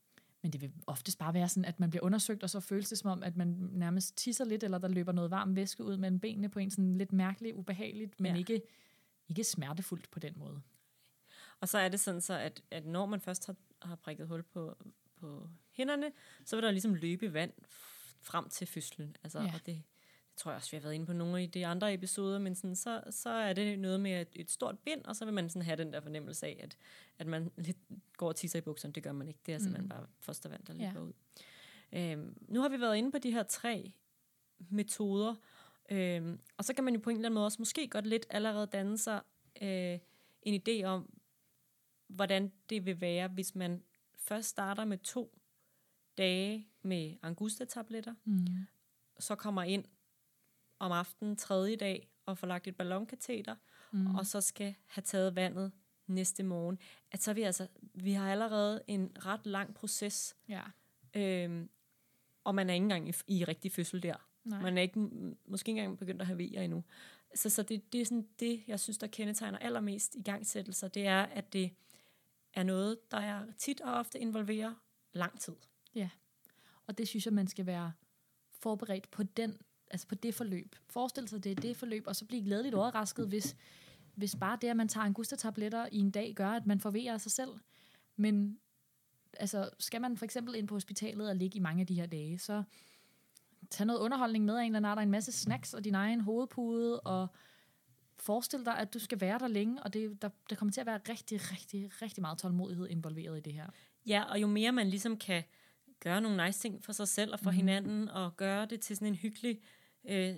Men det vil oftest bare være sådan, at man bliver undersøgt, og så føles det som om, at man nærmest tisser lidt, eller der løber noget varm væske ud mellem benene på en sådan lidt mærkeligt, ubehageligt, men ja. ikke, ikke smertefuldt på den måde. Og så er det sådan så, at, at når man først har, har prikket hul på, på hænderne, så vil der ligesom løbe vand frem til fødslen. Altså, ja. Og det, det tror jeg også, vi har været inde på nogle af de andre episoder, men sådan, så, så er det noget med et, et stort bind, og så vil man sådan have den der fornemmelse af, at, at man lidt går og tisser i bukserne. Det gør man ikke. Det er simpelthen mm. bare fostervand, der løber ja. ud. Øhm, nu har vi været inde på de her tre metoder, øhm, og så kan man jo på en eller anden måde også måske godt lidt allerede danne sig øh, en idé om, hvordan det vil være, hvis man først starter med to dage med Angusta-tabletter, mm. så kommer ind om aftenen tredje dag og får lagt et ballonkateter, mm. og så skal have taget vandet næste morgen. At så vi altså, vi har allerede en ret lang proces, ja. øhm, og man er ikke engang i, i rigtig fødsel der. Nej. Man er ikke, måske ikke engang begyndt at have vejer endnu. Så, så det, det er sådan det, jeg synes, der kendetegner allermest igangsættelser, det er, at det er noget, der er tit og ofte involverer lang tid. Ja, og det synes jeg, man skal være forberedt på den, altså på det forløb. Forestil sig, det er det forløb, og så blive glædeligt overrasket, hvis, hvis bare det, at man tager Angusta-tabletter i en dag, gør, at man får vejer af sig selv. Men altså, skal man for eksempel ind på hospitalet og ligge i mange af de her dage, så tag noget underholdning med af en eller anden, der er en masse snacks og din egen hovedpude, og forestil dig, at du skal være der længe, og det, der, der kommer til at være rigtig, rigtig, rigtig meget tålmodighed involveret i det her. Ja, og jo mere man ligesom kan gøre nogle nice ting for sig selv og for mm. hinanden, og gøre det til sådan en hyggelig øh,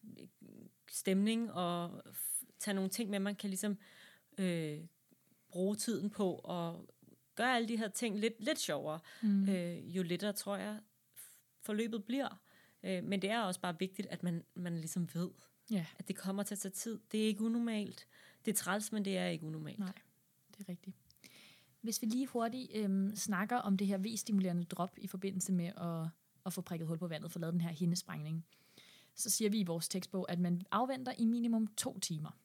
stemning, og f- tage nogle ting med, man kan ligesom øh, bruge tiden på, og gøre alle de her ting lidt, lidt sjovere. Mm. Øh, jo lettere, tror jeg, forløbet bliver. Øh, men det er også bare vigtigt, at man, man ligesom ved, ja. at det kommer til at tage tid. Det er ikke unormalt. Det er træls, men det er ikke unormalt. Nej, det er rigtigt. Hvis vi lige hurtigt øhm, snakker om det her V-stimulerende drop i forbindelse med at, at få prikket hul på vandet, få lavet den her hindesprængning, så siger vi i vores tekstbog, at man afventer i minimum to timer.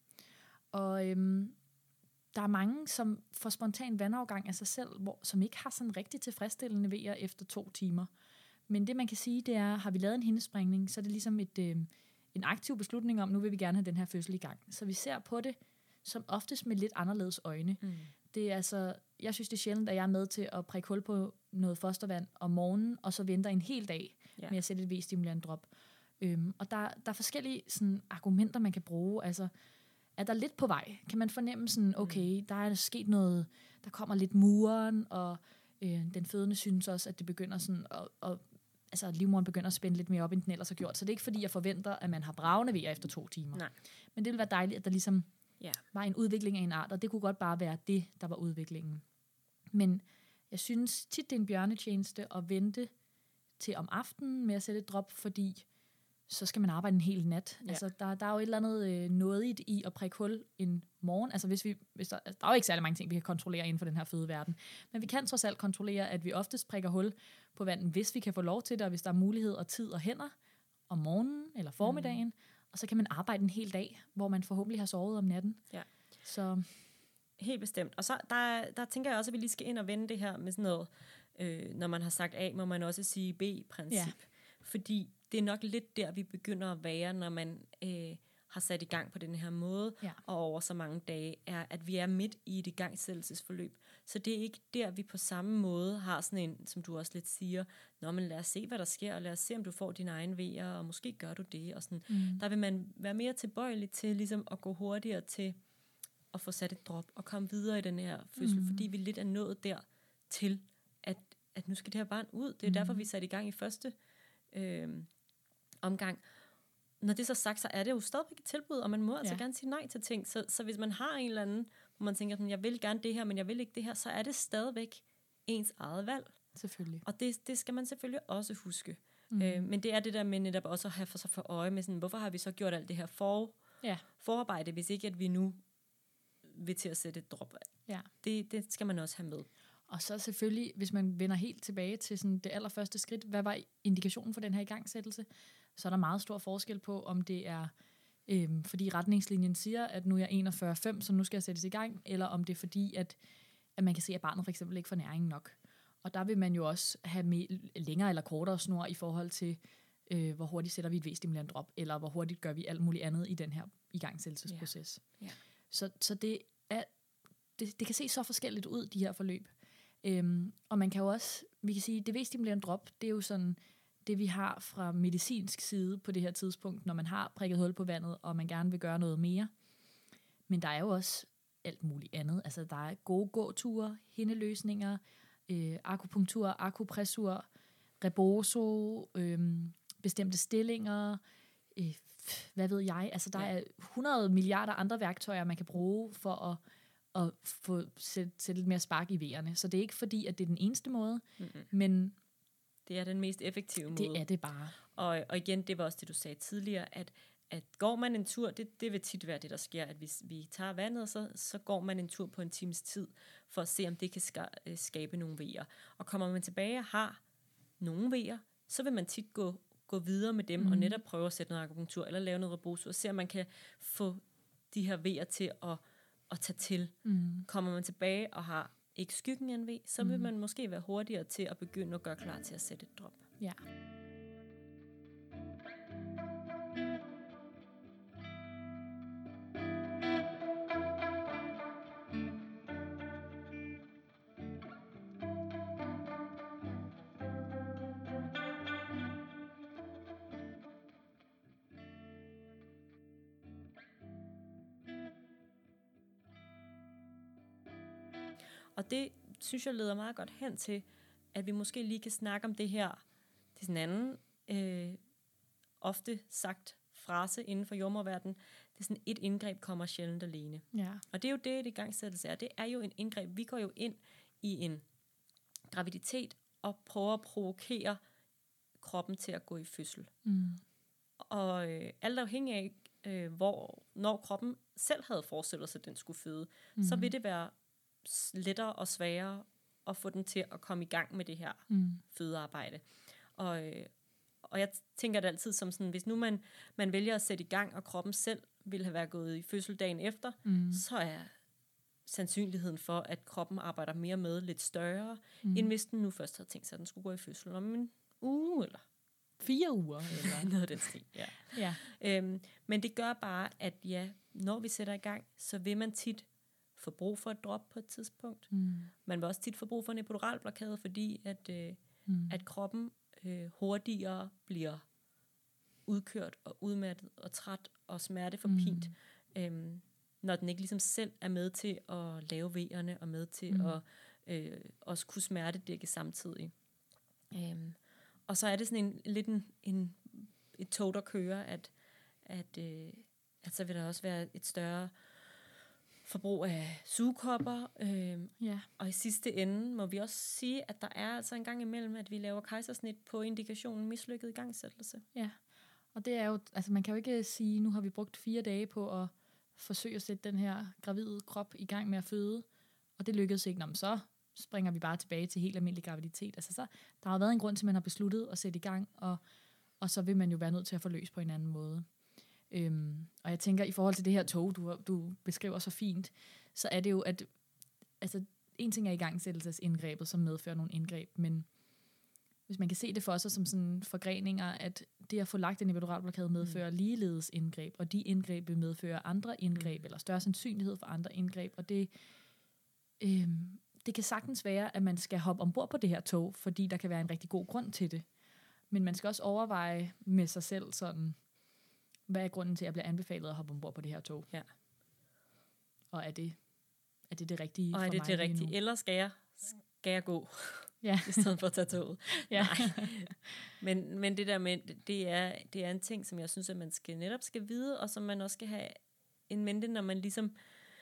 Og øhm, der er mange, som får spontan vandafgang af sig selv, hvor, som ikke har sådan rigtig tilfredsstillende vejer efter to timer. Men det man kan sige, det er, har vi lavet en hindesprængning, så er det ligesom et, øh, en aktiv beslutning om, nu vil vi gerne have den her fødsel i gang. Så vi ser på det som oftest med lidt anderledes øjne. Mm. Det er altså, jeg synes det er sjældent, at jeg er med til at prikke hul på noget fostervand om morgenen, og så venter en hel dag ja. med at sætte et V-stimulerende drop. Øhm, og der, der er forskellige sådan, argumenter, man kan bruge. Altså, er der lidt på vej? Kan man fornemme sådan, okay, mm. der er sket noget, der kommer lidt muren, og øh, den fødende synes også, at det begynder sådan at, at altså at livmoderen begynder at spænde lidt mere op, end den ellers har gjort. Så det er ikke fordi, jeg forventer, at man har bragende vejer efter to timer. Nej. Men det ville være dejligt, at der ligesom ja. var en udvikling af en art, og det kunne godt bare være det, der var udviklingen. Men jeg synes tit, det er en bjørnetjeneste at vente til om aftenen med at sætte et drop, fordi så skal man arbejde en hel nat. Ja. Altså, der, der er jo et eller andet øh, nådigt i at prikke hul en morgen. Altså, hvis vi, hvis der, altså, der er jo ikke særlig mange ting, vi kan kontrollere inden for den her fødeverden. Men vi kan trods alt kontrollere, at vi oftest prikker hul på vandet, hvis vi kan få lov til det, og hvis der er mulighed og tid og hænder om morgenen eller formiddagen. Mm. Og så kan man arbejde en hel dag, hvor man forhåbentlig har sovet om natten. Ja. Så helt bestemt. Og så der, der tænker jeg også, at vi lige skal ind og vende det her med sådan noget, øh, når man har sagt A, må man også sige B-princip. Ja. Fordi det er nok lidt der, vi begynder at være, når man øh, har sat i gang på den her måde, ja. og over så mange dage, er, at vi er midt i et igangsættelsesforløb. Så det er ikke der, vi på samme måde har sådan en, som du også lidt siger, nå, men lad os se, hvad der sker, og lad os se, om du får dine egne vejer, og måske gør du det. Og sådan. Mm. Der vil man være mere tilbøjelig til ligesom at gå hurtigere til at få sat et drop, og komme videre i den her fødsel, mm. fordi vi lidt er nået der til, at, at nu skal det her barn ud. Det er mm. derfor, vi satte i gang i første øh, omgang. Når det er så sagt, så er det jo stadigvæk et tilbud, og man må ja. altså gerne sige nej til ting. Så, så hvis man har en eller anden, hvor man tænker, jeg vil gerne det her, men jeg vil ikke det her, så er det stadigvæk ens eget valg. Selvfølgelig. Og det, det skal man selvfølgelig også huske. Mm. Øh, men det er det der med netop også at have for sig for øje med, sådan, hvorfor har vi så gjort alt det her for, ja. forarbejde, hvis ikke at vi nu vil til at sætte et drop af. Ja. Det, det skal man også have med. Og så selvfølgelig, hvis man vender helt tilbage til sådan det allerførste skridt, hvad var indikationen for den her igangsættelse, så er der meget stor forskel på, om det er, øhm, fordi retningslinjen siger, at nu er jeg enogfyrre komma fem, så nu skal jeg sættes i gang, eller om det er fordi, at, at man kan se, at barnet for eksempel ikke får næring nok. Og der vil man jo også have med længere eller kortere snor i forhold til, øh, hvor hurtigt sætter vi et V-stimulerende drop, eller hvor hurtigt gør vi alt muligt andet i den her igangsættelsesproces. Ja. Ja. Så, så det, er, det, det kan se så forskelligt ud, de her forløb. Øhm, og man kan jo også, vi kan sige, det V-stimulerende drop, det er jo sådan det, vi har fra medicinsk side på det her tidspunkt, når man har prikket hul på vandet, og man gerne vil gøre noget mere. Men der er jo også alt muligt andet. Altså, der er gode gåture, hindeløsninger, øh, akupunktur, akupressur, rebozo, øh, bestemte stillinger, øh, hvad ved jeg. Altså, der ja. er hundrede milliarder andre værktøjer, man kan bruge for at, at få sætte, sætte lidt mere spark i vejerne. Så det er ikke fordi, at det er den eneste måde, mm-hmm. men det er den mest effektive måde. Det er det bare. Og, og igen, det var også det, du sagde tidligere, at, at går man en tur, det, det vil tit være det, der sker, at hvis vi tager vandet, så, så går man en tur på en times tid, for at se, om det kan ska, skabe nogle vejer. Og kommer man tilbage og har nogle vejer, så vil man tit gå, gå videre med dem, mm. og netop prøve at sætte noget akupunktur, eller lave noget rebozo, og se, om man kan få de her vejer til at, at tage til. Mm. Kommer man tilbage og har ikke skyggen af en V, så vil mm. man måske være hurtigere til at begynde at gøre klar til at sætte et drop. Ja. Og det synes jeg leder meget godt hen til, at vi måske lige kan snakke om det her. Det er sådan en anden øh, ofte sagt frase inden for jordemoderverdenen. Det er sådan, et indgreb kommer sjældent alene. Ja. Og det er jo det, det igangsættelse er. Det er jo en indgreb. Vi går jo ind i en graviditet og prøver at provokere kroppen til at gå i fødsel. Mm. Og øh, alt afhængig af, øh, hvor, når kroppen selv havde forestillet sig, at den skulle føde, mm. så vil det være lettere og sværere at få den til at komme i gang med det her mm. fødearbejde. Og, øh, og jeg tænker det altid som sådan, hvis nu man, man vælger at sætte i gang, og kroppen selv ville have været gået i fødsel dagen efter, mm. så er sandsynligheden for, at kroppen arbejder mere med lidt større, mm. end hvis den nu først havde tænkt sig, at den skulle gå i fødsel om en uge, eller fire uger, eller noget af den stil. Ja. Ja. Øhm, men det gør bare, at ja, når vi sætter i gang, så vil man tit få brug for et drop på et tidspunkt. Mm. Man vil også tit få brug for en epiduralblokade, fordi at, øh, mm. at kroppen øh, hurtigere bliver udkørt og udmattet og træt og smerteforpint, mm. øhm, når den ikke ligesom selv er med til at lave vejerne og med til mm. at øh, også kunne smertedække samtidig. Øhm, og så er det sådan en lidt en, en, et tog, der kører, at, at, øh, at så vil der også være et større forbrug af sugekopper, øh, ja. Og i sidste ende må vi også sige, at der er altså en gang imellem, at vi laver kejsersnit på indikationen mislykket igangsættelse. Ja, og det er jo, altså man kan jo ikke sige, nu har vi brugt fire dage på at forsøge at sætte den her gravide krop i gang med at føde, og det lykkedes ikke, når så springer vi bare tilbage til helt almindelig graviditet. Altså så, der har været en grund til, at man har besluttet at sætte i gang, og, og så vil man jo være nødt til at forløse på en anden måde. Øhm, og jeg tænker, i forhold til det her tog, du, du beskriver så fint, så er det jo, at altså, en ting er igangsættelsesindgrebet, som medfører nogle indgreb, men hvis man kan se det for sig som sådan forgreninger, at det at få lagt en epiduralblokade medfører mm. ligeledes indgreb, og de indgreb vil medføre andre indgreb, mm. eller større sandsynlighed for andre indgreb, og det, øhm, det kan sagtens være, at man skal hoppe ombord på det her tog, fordi der kan være en rigtig god grund til det. Men man skal også overveje med sig selv sådan, hvad er grunden til, at jeg bliver anbefalet at hoppe ombord på det her tog? Ja. Og er det er det, det rigtige og for er det mig det rigtige? nu? Eller skal jeg, skal jeg gå? Ja. I stedet for at tage toget. Ja. Nej. Men, men det der med, det er, det er en ting, som jeg synes, at man skal, netop skal vide, og som man også skal have en mente, når man ligesom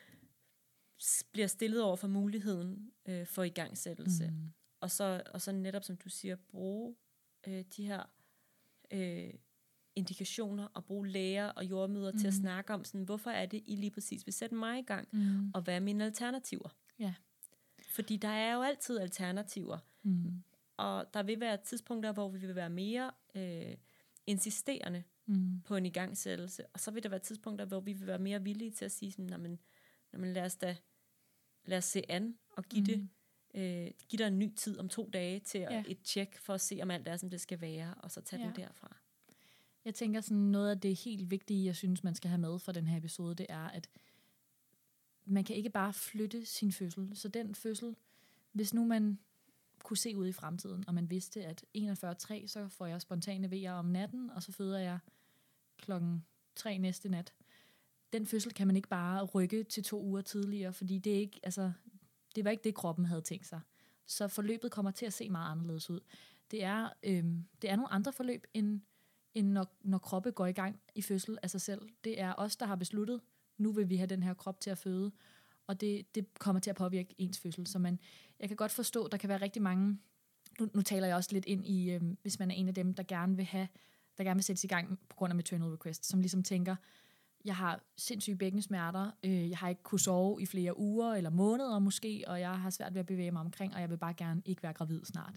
bliver stillet over for muligheden øh, for igangsættelse. Mm. Og, så, og så netop, som du siger, bruge øh, de her øh, indikationer, og bruge læger og jordmøder mm. til at snakke om, sådan, hvorfor er det, I lige præcis vil sætte mig i gang, mm. og hvad er mine alternativer? Ja. Fordi der er jo altid alternativer. Mm. Og der vil være tidspunkter, hvor vi vil være mere øh, insisterende mm. på en igangsættelse. Og så vil der være tidspunkter, hvor vi vil være mere villige til at sige, sådan, men, men lad os da lad os se an og give mm. det øh, give dig en ny tid om to dage til Ja. et tjek, for at se, om alt er, som det skal være, og så tage Ja. den derfra. Jeg tænker sådan, noget af det helt vigtige, jeg synes, man skal have med for den her episode, det er, at man kan ikke bare flytte sin fødsel. Så den fødsel, hvis nu man kunne se ud i fremtiden, og man vidste, at enogfyrre tre, så får jeg spontane vejer om natten, og så føder jeg klokken tre næste nat. Den fødsel kan man ikke bare rykke til to uger tidligere, fordi det, er ikke, altså, det var ikke det, kroppen havde tænkt sig. Så forløbet kommer til at se meget anderledes ud. Det er, øhm, det er nogle andre forløb, end, end når, når kroppe går i gang i fødsel af sig selv. Det er os, der har besluttet, nu vil vi have den her krop til at føde, og det, det kommer til at påvirke ens fødsel. Så man, jeg kan godt forstå, der kan være rigtig mange, nu, nu taler jeg også lidt ind i, øhm, hvis man er en af dem, der gerne vil have, der gerne vil sættes i gang på grund af maternal request, som ligesom tænker, jeg har sindssyge bækkensmerter, øh, jeg har ikke kunnet sove i flere uger eller måneder måske, og jeg har svært ved at bevæge mig omkring, og jeg vil bare gerne ikke være gravid snart.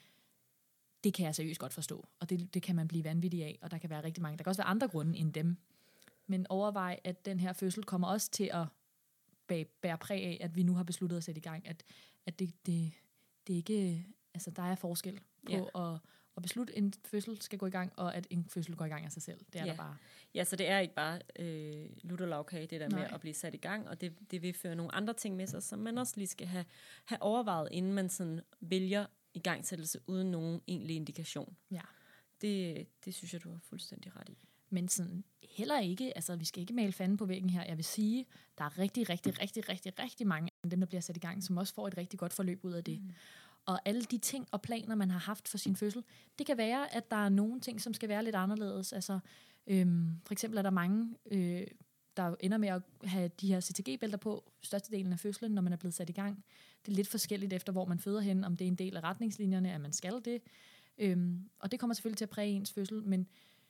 Det kan jeg seriøst godt forstå, og det, det kan man blive vanvittig af, og der kan være rigtig mange. Der kan også være andre grunde end dem. Men overvej, at den her fødsel kommer også til at bære præg af, at vi nu har besluttet at sætte i gang, at, at det, det, det ikke, altså der er forskel på ja. at Og beslutte, en fødsel skal gå i gang, og at en fødsel går i gang af sig selv. Det er ja. der bare. Ja, så det er ikke bare øh, ludt og lavkage, det der Nej. med at blive sat i gang, og det, det vil føre nogle andre ting med sig, som man også lige skal have, have overvejet, inden man sådan vælger igangsættelse uden nogen egentlig indikation. Ja. Det, det synes jeg, du har fuldstændig ret i. Men sådan heller ikke, altså vi skal ikke male fanden på væggen her. Jeg vil sige, der er rigtig, rigtig, rigtig, rigtig, rigtig mange af dem, der bliver sat i gang, som også får et rigtig godt forløb ud af det. Mm. Og alle de ting og planer, man har haft for sin fødsel, det kan være, at der er nogle ting, som skal være lidt anderledes. Altså, øhm, for eksempel er der mange, øh, der ender med at have de her C T G-bælter på størstedelen af fødslen, når man er blevet sat i gang. Det er lidt forskelligt efter, hvor man føder hen, om det er en del af retningslinjerne, at man skal det. Øhm, og det kommer selvfølgelig til at præge ens fødsel, men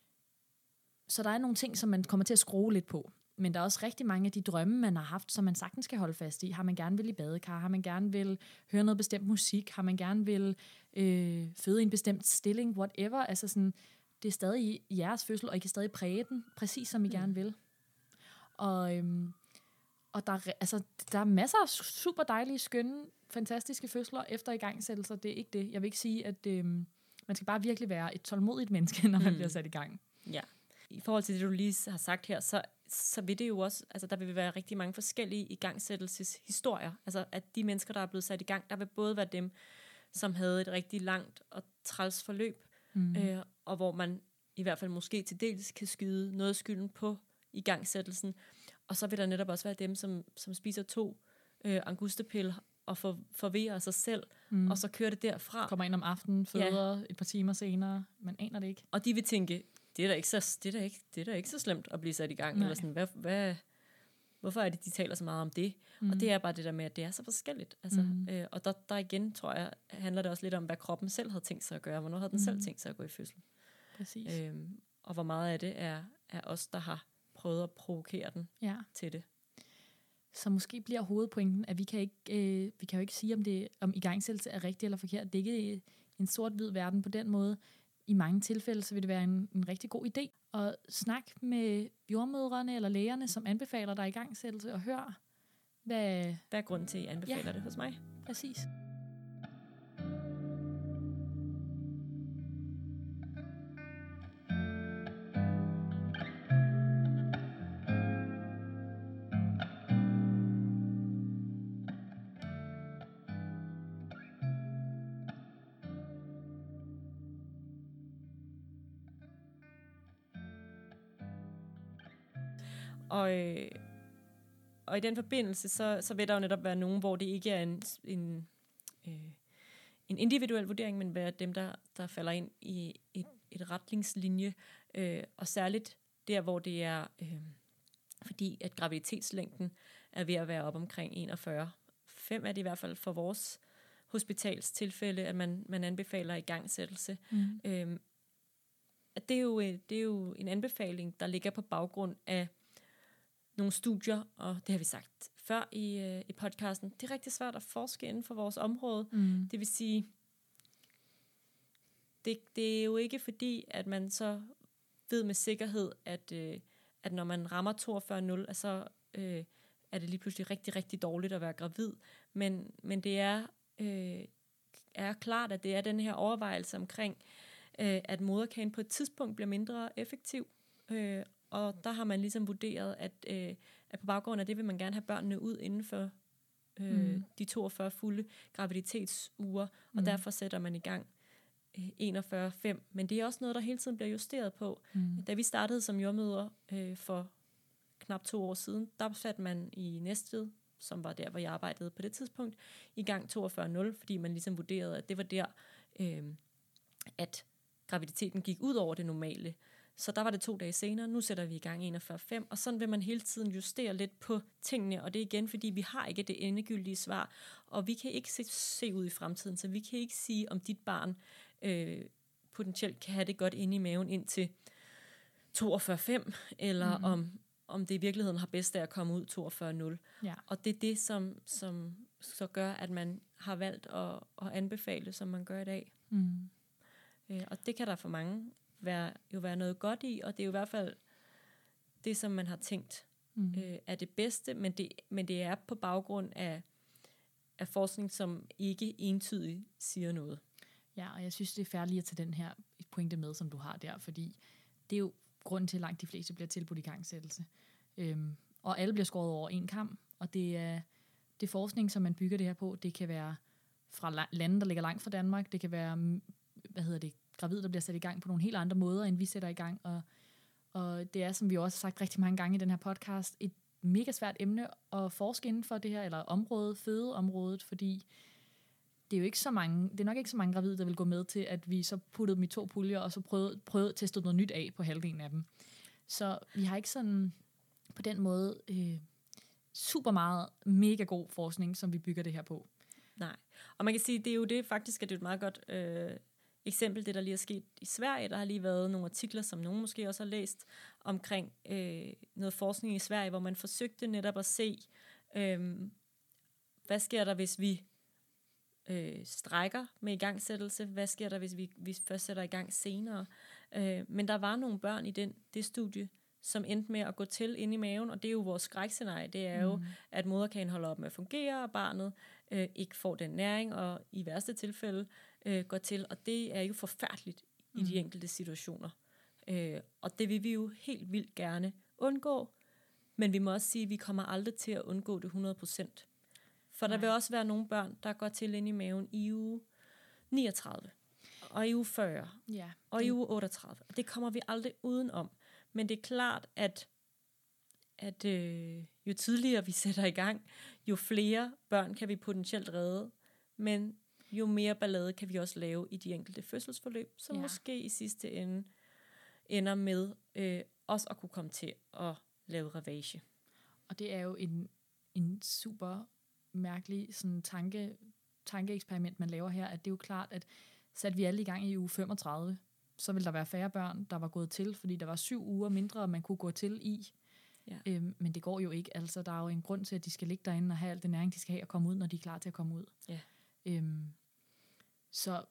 så der er nogle ting, som man kommer til at skrue lidt på. Men der er også rigtig mange af de drømme, man har haft, som man sagtens skal holde fast i. Har man gerne vil i badekar? Har man gerne vil høre noget bestemt musik? Har man gerne vil øh, føde i en bestemt stilling? Whatever. Altså sådan, det er stadig jeres fødsel, og I kan stadig præge den, præcis som I mm. gerne vil. Og, øhm, og der, er, altså, der er masser af super dejlige, skønne, fantastiske fødsler efter igangsættelser. Det er ikke det. Jeg vil ikke sige, at øhm, man skal bare virkelig være et tålmodigt menneske, når man mm. bliver sat i gang. Ja. I forhold til det, du lige har sagt her, så, så vil det jo også, altså der vil være rigtig mange forskellige igangsættelseshistorier. Altså at de mennesker, der er blevet sat i gang, der vil både være dem, som havde et rigtig langt og træls forløb, mm. øh, og hvor man i hvert fald måske til dels kan skyde noget af skylden på igangsættelsen. Og så vil der netop også være dem, som, som spiser to øh, angustepiller og for, forvirrer sig selv, mm. og så kører det derfra. Kommer ind om aftenen, føder ja. et par timer senere. Man aner det ikke. Og de vil tænke, det er da ikke så, det er da ikke, det er da ikke så slemt at blive sat i gang. Eller sådan, hvad, hvad, hvorfor er det, de taler så meget om det? Mm. Og det er bare det der med, at det er så forskelligt. Altså, mm. øh, og der, der igen, tror jeg, handler det også lidt om, hvad kroppen selv havde tænkt sig at gøre. Hvornår havde den mm. selv tænkt sig at gå i fødsel? Præcis. Øhm, og hvor meget af det er, er os, der har prøvet at provokere den ja. til det. Så måske bliver hovedpointen, at vi kan ikke, øh, vi kan jo ikke sige, om det om igangsættelse er rigtigt eller forkert. Det er ikke en sort-hvid verden på den måde. I mange tilfælde, så vil det være en, en rigtig god idé at snakke med jordmødrene eller lægerne, som anbefaler dig igangsættelse, og hør, hvad... Hvad er grunden til, at I anbefaler ja. det hos mig? Præcis. Og, øh, og i den forbindelse, så, så vil der jo netop være nogen, hvor det ikke er en, en, øh, en individuel vurdering, men være dem, der, der falder ind i et, et retningslinje. Øh, og særligt der, hvor det er, øh, fordi at graviditetslængden er ved at være op omkring enogfyrre. Fem er det i hvert fald for vores hospitals tilfælde, at man, man anbefaler igangsættelse. Mm. Øh, at det, er jo, det er jo en anbefaling, der ligger på baggrund af nogle studier, og det har vi sagt før i, øh, i podcasten. Det er rigtig svært at forske inden for vores område. Mm. Det vil sige, det, det er jo ikke fordi, at man så ved med sikkerhed, at, øh, at når man rammer toogfyrre nul, så øh, er det lige pludselig rigtig, rigtig dårligt at være gravid. Men, men det er øh, er klart, at det er den her overvejelse omkring, øh, at moderkagen på et tidspunkt bliver mindre effektiv. Øh, og der har man ligesom vurderet, at, øh, at på baggrund af det vil man gerne have børnene ud inden for øh, mm. de toogfyrre fulde graviditetsuger, og mm. derfor sætter man i gang øh, enogfyrre komma fem. Men det er også noget, der hele tiden bliver justeret på. Mm. Da vi startede som jordmødre øh, for knap to år siden, der satte man i Næstved, som var der, hvor jeg arbejdede på det tidspunkt, i gang toogfyrre komma nul, fordi man ligesom vurderede, at det var der, øh, at graviditeten gik ud over det normale. Så der var det to dage senere, nu sætter vi i gang enogfyrre komma fem, og sådan vil man hele tiden justere lidt på tingene, og det er igen, fordi vi har ikke det endegyldige svar, og vi kan ikke se, se ud i fremtiden, så vi kan ikke sige, om dit barn øh, potentielt kan have det godt inde i maven indtil toogfyrre komma fem, eller mm. om, om det i virkeligheden har bedst af at komme ud toogfyrre komma nul. Ja. Og det er det, som, som så gør, at man har valgt at, at anbefale, som man gør i dag. Mm. Øh, og det kan der for mange være, jo være noget godt i, og det er jo i hvert fald det, som man har tænkt mm. øh, er det bedste, men det, men det er på baggrund af, af forskning, som ikke entydigt siger noget. Ja, og jeg synes, det er fair lige at tage den her pointe med, som du har der, fordi det er jo grunden til, at langt de fleste bliver tilbudt i gangsættelse. Øhm, og alle bliver skåret over en kam, og det er det forskning, som man bygger det her på, det kan være fra lande, der ligger langt fra Danmark, det kan være, hvad hedder det, gravide, der bliver sat i gang på nogle helt andre måder, end vi sætter i gang, og, og det er, som vi også har sagt rigtig mange gange i den her podcast, et mega svært emne at forske inden for det her, eller området, fødeområdet, fordi det er jo ikke så mange, det er nok ikke så mange gravide, der vil gå med til, at vi så puttede dem i to puljer, og så prøvede, prøvede testet noget nyt af på halvdelen af dem. Så vi har ikke sådan, på den måde, øh, super meget mega god forskning, som vi bygger det her på. Nej, og man kan sige, det er jo det, faktisk er det et meget godt øh, eksempel, det der lige er sket i Sverige. Der har lige været nogle artikler, som nogen måske også har læst, omkring øh, noget forskning i Sverige, hvor man forsøgte netop at se, øh, hvad sker der, hvis vi øh, strækker med igangsættelse? Hvad sker der, hvis vi, vi først sætter i gang senere? Øh, men der var nogle børn i den, det studie, som endte med at gå til inde i maven, og det er jo vores skrækscenarie, det er jo, mm. at moderkagen holder op med at fungere, og barnet øh, ikke får den næring, og i værste tilfælde øh, går til, og det er jo forfærdeligt mm. i de enkelte situationer. Øh, og det vil vi jo helt vildt gerne undgå, men vi må også sige, at vi kommer aldrig til at undgå det hundrede procent. For Nej. Der vil også være nogle børn, der går til inde i maven i uge niogtredive, og i uge fyrre, ja, og det... i uge otteogtredive, og det kommer vi aldrig udenom. Men det er klart, at, at øh, jo tidligere vi sætter i gang, jo flere børn kan vi potentielt redde, men jo mere ballade kan vi også lave i de enkelte fødselsforløb, som ja. Måske i sidste ende ender med øh, også at kunne komme til at lave ravage. Og det er jo en, en super mærkelig sådan, tanke, tankeeksperiment, man laver her, at det er jo klart, at satte vi alle i gang i uge femogtredive, så vil der være færre børn, der var gået til, fordi der var syv uger mindre, man kunne gå til i. Ja. Øhm, men det går jo ikke. Altså, der er jo en grund til, at de skal ligge derinde og have alt det næring, de skal have og komme ud, når de er klar til at komme ud. Ja. Øhm, så,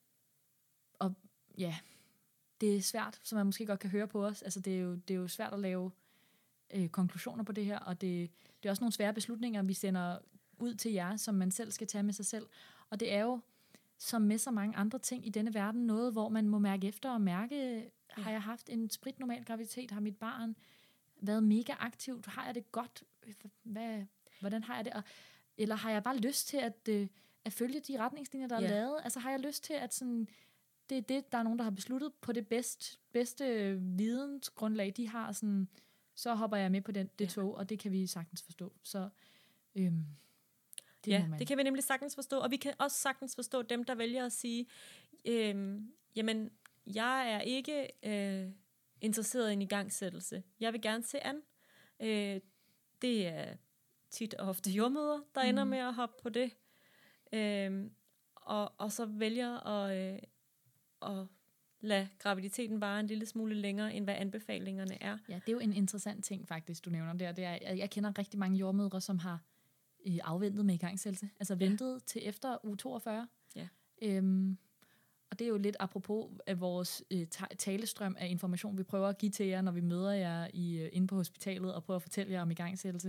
og ja, det er svært, som man måske godt kan høre på os. Altså, det er jo, det er jo svært at lave øh, konklusioner på det her, og det, det er også nogle svære beslutninger, vi sender ud til jer, som man selv skal tage med sig selv. Og det er jo, som med så mange andre ting i denne verden, noget, hvor man må mærke efter og mærke, ja. Har jeg haft en spritnormal graviditet? Har mit barn været mega aktivt? Har jeg det godt? Hvad, hvordan har jeg det? Og, eller har jeg bare lyst til at, øh, at følge de retningslinjer, der er ja. Lavet? Altså har jeg lyst til, at sådan, det er det, der er nogen, der har besluttet på det bedst, bedste vidensgrundlag, de har, sådan, så hopper jeg med på den, det ja. Tog, og det kan vi sagtens forstå. Så øhm, Det ja, det kan vi nemlig sagtens forstå, og vi kan også sagtens forstå dem, der vælger at sige, øh, jamen, jeg er ikke øh, interesseret i en igangsættelse. Jeg vil gerne se an. Øh, det er tit og ofte jordmødre, der mm. ender med at hoppe på det, øh, og, og så vælger at, øh, at lade graviditeten vare en lille smule længere, end hvad anbefalingerne er. Ja, det er jo en interessant ting, faktisk, du nævner der. Det er, jeg kender rigtig mange jordmødre, som har afventet med igangsættelse. Altså ja. Ventet til efter uge toogfyrre. Ja. Øhm, og det er jo lidt apropos af vores øh, talestrøm af information, vi prøver at give til jer, når vi møder jer i, øh, inde på hospitalet og prøver at fortælle jer om igangsættelse,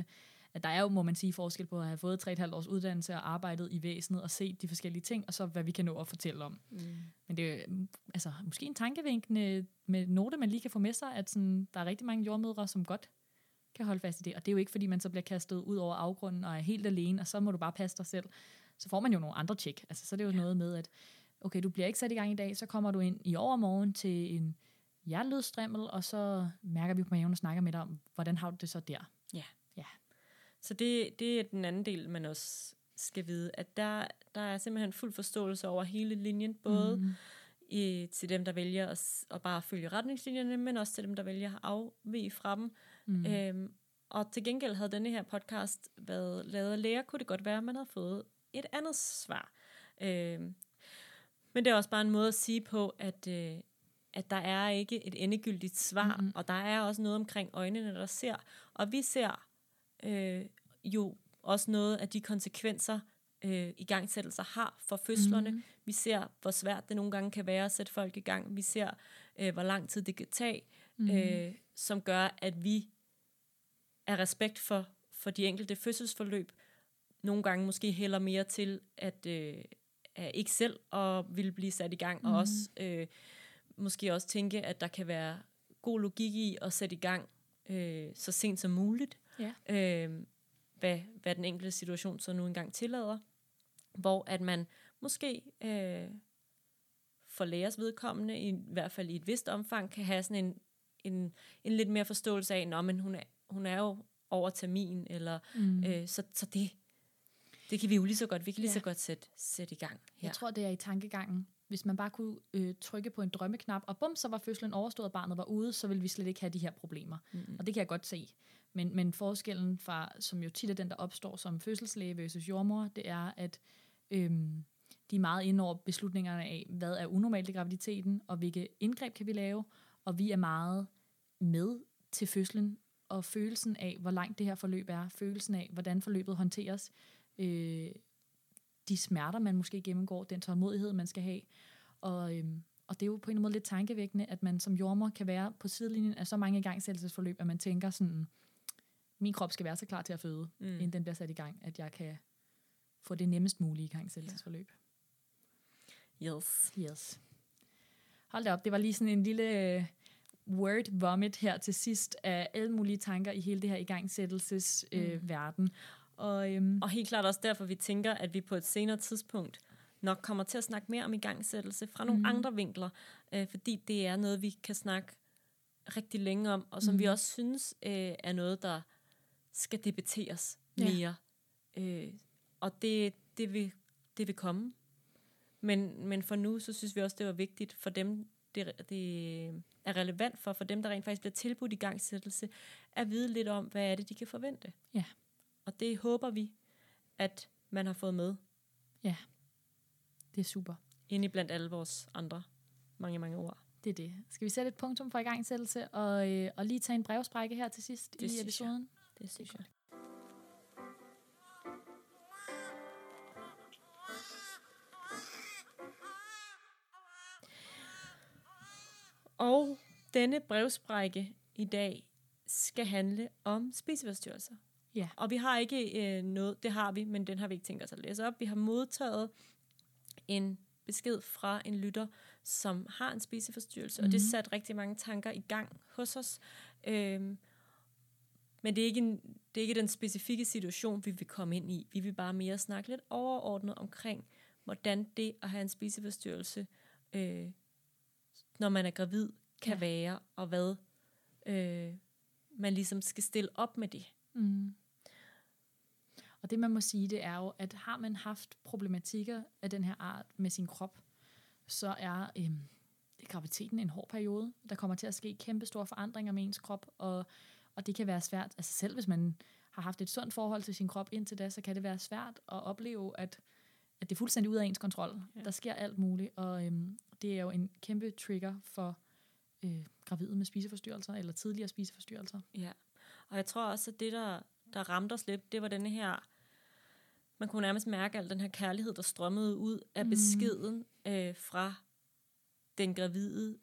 at der er jo, må man sige, forskel på at have fået tre og et halvt års uddannelse og arbejdet i væsenet og set de forskellige ting, og så hvad vi kan nå at fortælle om. Mm. Men det er jo altså, måske en tankevinkende med note, man lige kan få med sig, at sådan, der er rigtig mange jordmødre, som godt kan holde fast i det. Og det er jo ikke, fordi man så bliver kastet ud over afgrunden og er helt alene, og så må du bare passe dig selv. Så får man jo nogle andre tjek. Altså, så er det jo ja. noget med, at okay, du bliver ikke sat i gang i dag, så kommer du ind i overmorgen til en hjertelødsstrimmel, og så mærker vi på maven og snakker med dig om, hvordan har du det så der? Ja. ja. Så det, det er den anden del, man også skal vide, at der, der er simpelthen fuld forståelse over hele linjen, både mm. i, til dem, der vælger at, at bare følge retningslinjerne, men også til dem, der vælger at afvige fra dem. Mm. Øhm, og til gengæld havde denne her podcast været lavet af læger, kunne det godt være, at man havde fået et andet svar. Øhm, men det er også bare en måde at sige på, at, øh, at der er ikke et endegyldigt svar, mm-hmm. og der er også noget omkring øjnene, der ser. Og vi ser øh, jo også noget af de konsekvenser, øh, igangsættelser har for fødslerne. Mm-hmm. Vi ser, hvor svært det nogle gange kan være at sætte folk i gang. Vi ser, øh, hvor lang tid det kan tage, mm-hmm. øh, som gør, at vi af respekt for, for de enkelte fødselsforløb, nogle gange måske hælder mere til, at øh, at ikke selv og vil blive sat i gang, mm. og også øh, måske også tænke, at der kan være god logik i at sætte i gang øh, så sent som muligt, ja. øh, hvad, hvad den enkelte situation så nu engang tillader, hvor at man måske øh, for lægers vedkommende, i hvert fald i et vist omfang, kan have sådan en, en, en lidt mere forståelse af, nå, men hun er, hun er jo over termin, eller mm. øh, så, så det Det kan vi jo lige så godt, vi kan lige ja. så godt sætte, sætte i gang her. Jeg tror, det er i tankegangen. Hvis man bare kunne øh, trykke på en drømmeknap, og bum, så var fødslen overstået, og barnet var ude, så ville vi slet ikke have de her problemer. Mm-hmm. Og det kan jeg godt se. Men, men forskellen fra, som jo tit er den, der opstår som fødselslæge versus jordmor, det er, at øhm, de er meget inde over beslutningerne af, hvad er unormalt i graviditeten, og hvilke indgreb kan vi lave, og vi er meget med til fødslen, og følelsen af, hvor langt det her forløb er, følelsen af, hvordan forløbet håndteres, Øh, de smerter, man måske gennemgår, den tålmodighed, man skal have. Og, øhm, og det er jo på en måde lidt tankevækkende, at man som jordmor kan være på sidelinjen af så mange igangsættelsesforløb, at man tænker sådan, min krop skal være så klar til at føde, mm. inden den bliver sat i gang, at jeg kan få det nemmest mulige igangsættelsesforløb. Yes. Yes. Hold da op, det var lige sådan en lille uh, word vomit her til sidst af alle mulige tanker i hele det her igangsættelsesverden. Mm. Og, øhm, og helt klart også derfor, vi tænker, at vi på et senere tidspunkt nok kommer til at snakke mere om igangsættelse fra nogle mm. andre vinkler, øh, fordi det er noget, vi kan snakke rigtig længe om, og som mm. vi også synes øh, er noget, der skal debatteres mere. Ja. Øh, og det, det, vil, det vil komme. Men, men for nu, så synes vi også, det var vigtigt for dem, det, det er relevant for, for dem, der rent faktisk bliver tilbudt igangsættelse, at vide lidt om, hvad er det, de kan forvente. Ja. Og det håber vi, at man har fået med. Ja, det er super. Inde i blandt alle vores andre mange, mange ord. Det er det. Skal vi sætte et punktum for igangsættelse, og, øh, og lige tage en brevsprække her til sidst det i episoden? Jeg. Det synes jeg. Og denne brevsprække i dag skal handle om spiseforstyrrelser. Ja. Og vi har ikke øh, noget, det har vi, men den har vi ikke tænkt os at læse op. Vi har modtaget en besked fra en lytter, som har en spiseforstyrrelse, mm-hmm. og det satte rigtig mange tanker i gang hos os. Øhm, men det er, ikke en, det er ikke den specifikke situation, vi vil komme ind i. Vi vil bare mere snakke lidt overordnet omkring, hvordan det at have en spiseforstyrrelse, øh, når man er gravid, kan ja. være, og hvad øh, man ligesom skal stille op med det. Mm. Og det man må sige, det er jo, at har man haft problematikker af den her art med sin krop, så er øhm, graviditeten en hård periode. Der kommer til at ske kæmpe store forandringer med ens krop, og, og det kan være svært, altså selv hvis man har haft et sundt forhold til sin krop indtil da, så kan det være svært at opleve, at, at det er fuldstændig ud af ens kontrol. Ja. Der sker alt muligt, og øhm, det er jo en kæmpe trigger for øh, gravide med spiseforstyrrelser, eller tidligere spiseforstyrrelser. Ja. Og jeg tror også, at det, der, der ramte os lidt, det var denne her, man kunne nærmest mærke al den her kærlighed, der strømmede ud af beskeden øh, fra den gravide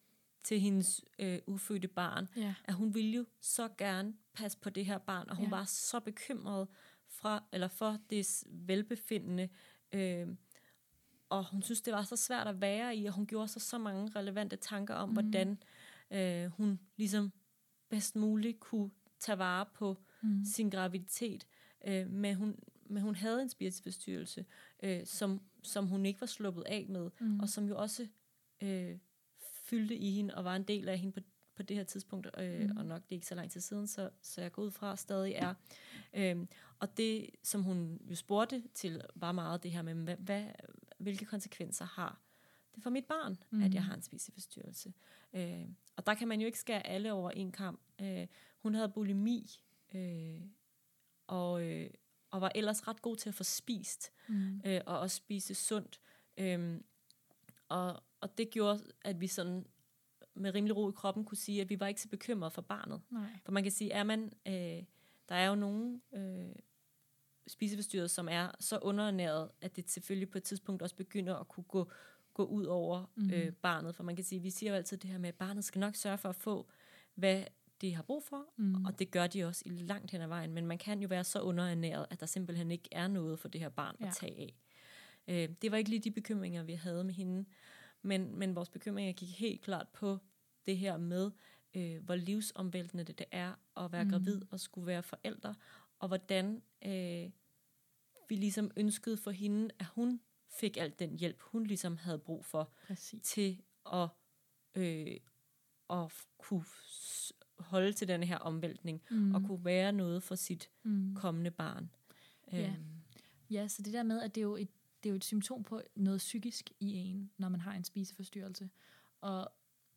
til hendes øh, ufødte barn, Ja. at hun ville jo så gerne passe på det her barn, og hun Ja. var så bekymret fra, eller for dets velbefindende, øh, og hun synes, det var så svært at være i, og hun gjorde sig så mange relevante tanker om, mm. hvordan øh, hun ligesom bedst muligt kunne tage vare på mm. sin graviditet, øh, men, hun, men hun havde en spiseforstyrrelse, øh, som, som hun ikke var sluppet af med, mm. og som jo også øh, fyldte i hende, og var en del af hende på, på det her tidspunkt, øh, mm. og nok det er ikke så lang tid siden, så, så jeg går ud fra stadig er. Øh, og det, som hun jo spurgte til, var meget det her med, hvad, hvad, hvilke konsekvenser har det for mit barn, mm. at jeg har en spiseforstyrrelse. Øh, og der kan man jo ikke skære alle over en kam. Øh, hun havde bulimi, øh, og, øh, og var ellers ret god til at få spist, mm. øh, og også spise sundt. Øh, og, og det gjorde, at vi sådan med rimelig ro i kroppen kunne sige, at vi var ikke så bekymrede for barnet. Nej. For man kan sige, at man, øh, der er jo nogle øh, spiseforstyrrelser, som er så underernæret, at det selvfølgelig på et tidspunkt også begynder at kunne gå, gå ud over mm. øh, barnet. For man kan sige, vi siger jo altid det her med, at barnet skal nok sørge for at få, hvad de har brug for, mm. og det gør de også i langt hen ad vejen. Men man kan jo være så underernæret, at der simpelthen ikke er noget for det her barn ja. at tage af. Øh, det var ikke lige de bekymringer, vi havde med hende, men, men vores bekymringer gik helt klart på det her med, øh, hvor livsomvæltende det, det er at være mm. gravid og skulle være forældre, og hvordan øh, vi ligesom ønskede for hende, at hun fik alt den hjælp, hun ligesom havde brug for, Præcis. Til at, øh, at kunne holde til denne her omvæltning, mm. og kunne være noget for sit mm. kommende barn. Ja. Øhm. ja, så det der med, at det er jo et det er jo et symptom på noget psykisk i en, når man har en spiseforstyrrelse. Og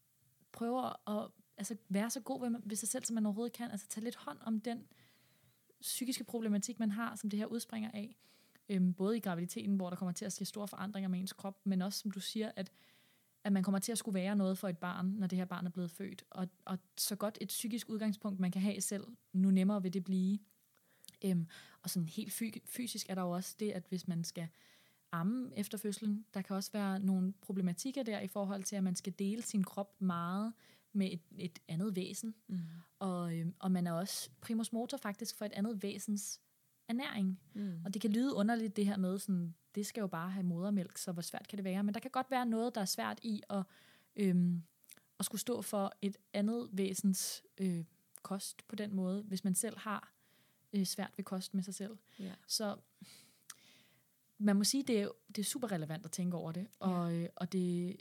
prøver at altså, være så god ved, ved sig selv, som man overhovedet kan. Altså tage lidt hånd om den psykiske problematik, man har, som det her udspringer af. Øhm, både i graviditeten, hvor der kommer til at ske store forandringer med ens krop, men også, som du siger, at, at man kommer til at skulle være noget for et barn, når det her barn er blevet født. Og, og så godt et psykisk udgangspunkt, man kan have selv, nu nemmere vil det blive. Øhm, og sådan helt fy- fysisk er der jo også det, at hvis man skal amme efter fødslen. Der kan også være nogle problematikker der i forhold til, at man skal dele sin krop meget med et, et andet væsen. Mm. Og, øh, og man er også primus motor faktisk for et andet væsens ernæring. Mm. Og det kan lyde underligt det her med, sådan, det skal jo bare have modermælk, så hvor svært kan det være? Men der kan godt være noget, der er svært i at, øh, at skulle stå for et andet væsens øh, kost på den måde, hvis man selv har øh, svært ved kost med sig selv. Yeah. Så man må sige, det er, det er super relevant at tænke over det, og, ja. og det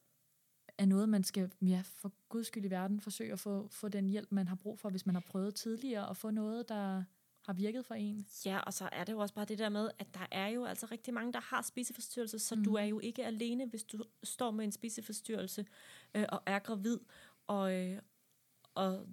er noget, man skal ja, for guds skyld i verden forsøge at få, få den hjælp, man har brug for, hvis man har prøvet tidligere at få noget, der har virket for en. Ja, og så er det jo også bare det der med, at der er jo altså rigtig mange, der har spiseforstyrrelse, så mm. du er jo ikke alene, hvis du står med en spiseforstyrrelse øh, og er gravid. Og, øh, og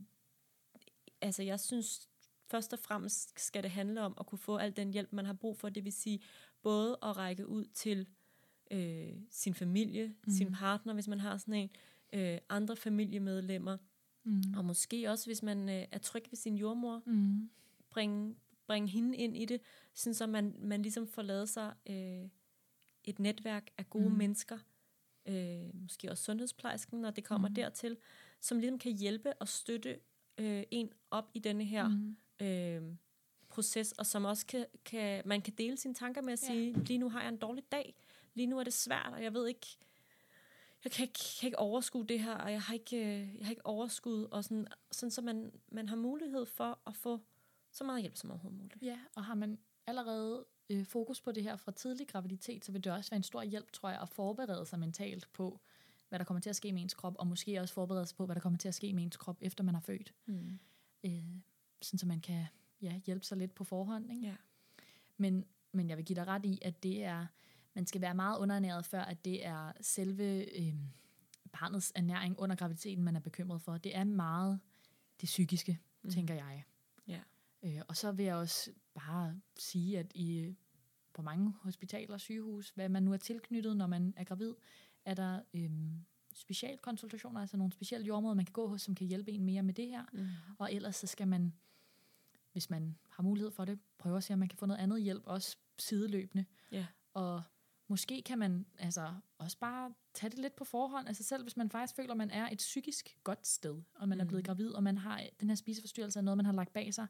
altså, jeg synes først og fremmest skal det handle om at kunne få al den hjælp, man har brug for. Det vil sige både at række ud til øh, sin familie, mm. sin partner, hvis man har sådan en, øh, andre familiemedlemmer, mm. og måske også, hvis man øh, er tryg ved sin jordmor, mm. bringe, bringe hende ind i det, sådan så man, man ligesom får lavet sig øh, et netværk af gode mm. mennesker, øh, måske også sundhedsplejersken, når det kommer mm. dertil, som ligesom kan hjælpe og støtte øh, en op i denne her mm. øh, proces, og som også kan, kan, man kan dele sine tanker med at sige, ja. lige nu har jeg en dårlig dag, lige nu er det svært, og jeg ved ikke, jeg kan ikke, kan ikke overskue det her, og jeg har ikke, jeg har ikke overskud, og sådan, sådan så man, man har mulighed for at få så meget hjælp som overhovedet muligt. Ja, og har man allerede øh, fokus på det her fra tidlig graviditet, så vil det også være en stor hjælp, tror jeg, at forberede sig mentalt på, hvad der kommer til at ske med ens krop, og måske også forberede sig på, hvad der kommer til at ske med ens krop, efter man har født. Mm. Øh, sådan så man kan ja, hjælpe sig lidt på forhånd. Ikke? Ja. Men, men jeg vil give dig ret i, at det er, man skal være meget underernæret, før at det er selve øh, barnets ernæring under graviditeten, man er bekymret for. Det er meget det psykiske, mm. tænker jeg. Ja. Øh, og så vil jeg også bare sige, at i på mange hospitaler og sygehus, hvad man nu er tilknyttet, når man er gravid, er der øh, specialkonsultationer, altså nogle specielle jordmåder, man kan gå hos, som kan hjælpe en mere med det her. Mm. Og ellers så skal man, hvis man har mulighed for det, prøve at se, om man kan få noget andet hjælp, også sideløbende. Yeah. Og måske kan man altså også bare tage det lidt på forhånd. Altså selv hvis man faktisk føler, at man er et psykisk godt sted, og man mm. er blevet gravid, og man har den her spiseforstyrrelse af noget, man har lagt bag sig,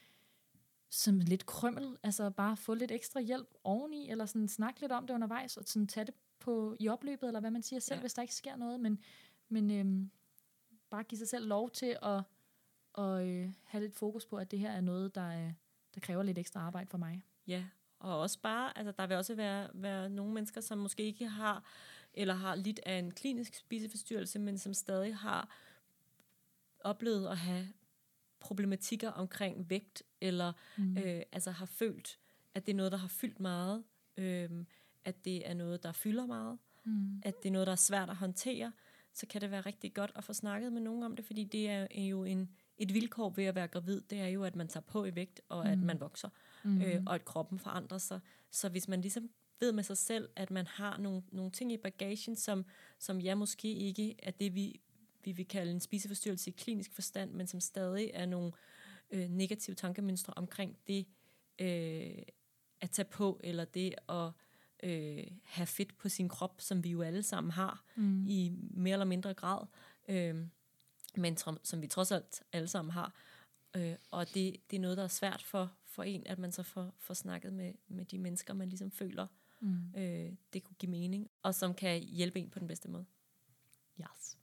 som lidt krymmel, altså bare få lidt ekstra hjælp oveni, eller sådan snakke lidt om det undervejs, og sådan tage det på, i opløbet, eller hvad man siger selv, ja. Hvis der ikke sker noget, men, men øhm, bare give sig selv lov til at og, øh, have lidt fokus på, at det her er noget, der, øh, der kræver lidt ekstra arbejde for mig. Ja, og også bare, altså der vil også være, være nogle mennesker, som måske ikke har, eller har lidt af en klinisk spiseforstyrrelse, men som stadig har oplevet at have problematikker omkring vægt, eller mm. øh, altså har følt, at det er noget, der har fyldt meget, øh, at det er noget, der fylder meget, mm. at det er noget, der er svært at håndtere, så kan det være rigtig godt at få snakket med nogen om det, fordi det er jo en, et vilkår ved at være gravid, det er jo, at man tager på i vægt, og mm. at man vokser, mm. øh, og at kroppen forandrer sig. Så hvis man ligesom ved med sig selv, at man har nogle, nogle ting i bagagen, som, som ja, måske ikke er det, vi vi vil kalde en spiseforstyrrelse i klinisk forstand, men som stadig er nogle øh, negative tankemønstre omkring det øh, at tage på, eller det at øh, have fedt på sin krop, som vi jo alle sammen har, mm. i mere eller mindre grad, øh, men som, som vi trods alt alle sammen har. Øh, og det, det er noget, der er svært for, for en, at man så får, får snakket med, med de mennesker, man ligesom føler, mm. øh, det kunne give mening, og som kan hjælpe en på den bedste måde. Yes.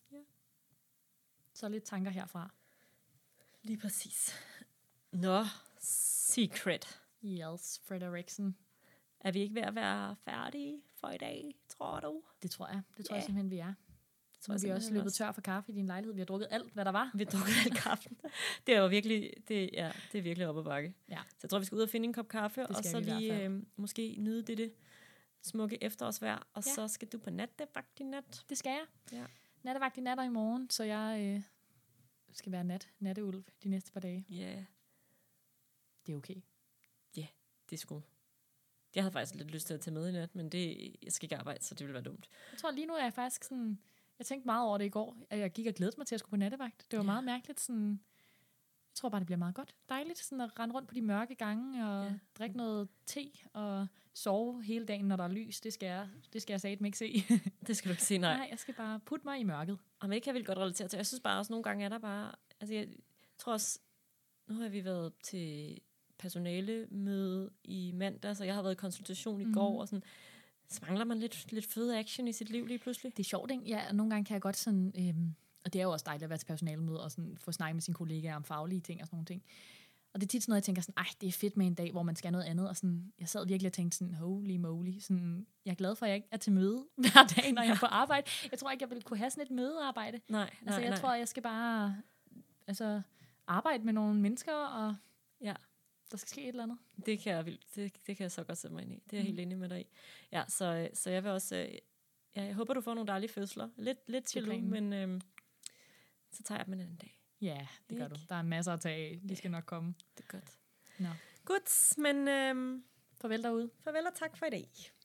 Så lidt tanker herfra. Lige præcis. Nå, Secret. Yes, Frederiksen. Er vi ikke ved at være færdige for i dag, tror du? Det tror jeg. Det tror yeah. jeg simpelthen, vi er. Det tror jeg vi har også løbet tør for kaffe i din lejlighed. Vi har drukket alt, hvad der var. Vi har drukket alt kaffen. Det er jo virkelig, det, ja, det er virkelig op ad bakke. Ja. Så jeg tror, vi skal ud og finde en kop kaffe, og så lige øh, måske nyde det, det smukke efterårsvejr. Og ja. Så skal du på nattevagt i nat. Det skal jeg. Ja. Nattevagt i nat og i morgen, så jeg øh, skal være nat, natteulv de næste par dage. Ja. Yeah. Det er okay. Ja, yeah, det er sgu. Jeg havde faktisk lidt lyst til at tage med i nat, men det, jeg skal ikke arbejde, så det ville være dumt. Jeg tror lige nu er jeg faktisk sådan, jeg tænkte meget over det i går, at jeg gik og glædede mig til at skulle på nattevagt. Det var ja. meget mærkeligt, sådan, jeg tror bare, det bliver meget godt. Dejligt sådan at rende rundt på de mørke gange, og ja. drikke noget te, og sove hele dagen, når der er lys. Det skal jeg, det skal jeg satme ikke se. Det skal du ikke se, nej. Nej, jeg skal bare putte mig i mørket. Og det kan jeg vildt godt relatere til. Jeg synes bare også, nogle gange er der bare, altså jeg tror også, nu har vi været til personalemøde i mandag, så jeg har været i konsultation i mm. går, og sådan, så mangler man lidt, lidt fed action i sit liv lige pludselig. Det er sjovt, ikke? Ja, nogle gange kan jeg godt sådan, øhm, og det er jo også dejligt at være til personalemøde, og sådan få snakket med sine kollegaer om faglige ting og sådan nogle ting. Og det er tit sådan noget, jeg tænker sådan, ej, det er fedt med en dag, hvor man skal noget andet, og sådan, jeg sad virkelig og tænkte sådan, holy moly, sådan, jeg er glad for, at jeg ikke er til møde hver dag, når jeg er på arbejde. Jeg tror ikke, jeg ville kunne have sådan et mødearbejde. Nej, altså, nej, jeg nej. tror, jeg skal bare altså, arbejde med nogle mennesker, og ja, der skal ske et eller andet. Det kan jeg, det, det kan jeg så godt sætte mig ind i. Det er jeg mm. helt enig med dig i. Ja, så, så jeg vil også, ja, jeg håber, du får nogle dejlige fødsler. Lidt, lidt til men øhm, så tager jeg dem en anden dag. Ja, det gør du. Der er masser at tage af. De skal nok komme. Det er godt. Nå. Godt, men øhm, farvel derude. Farvel og tak for i dag.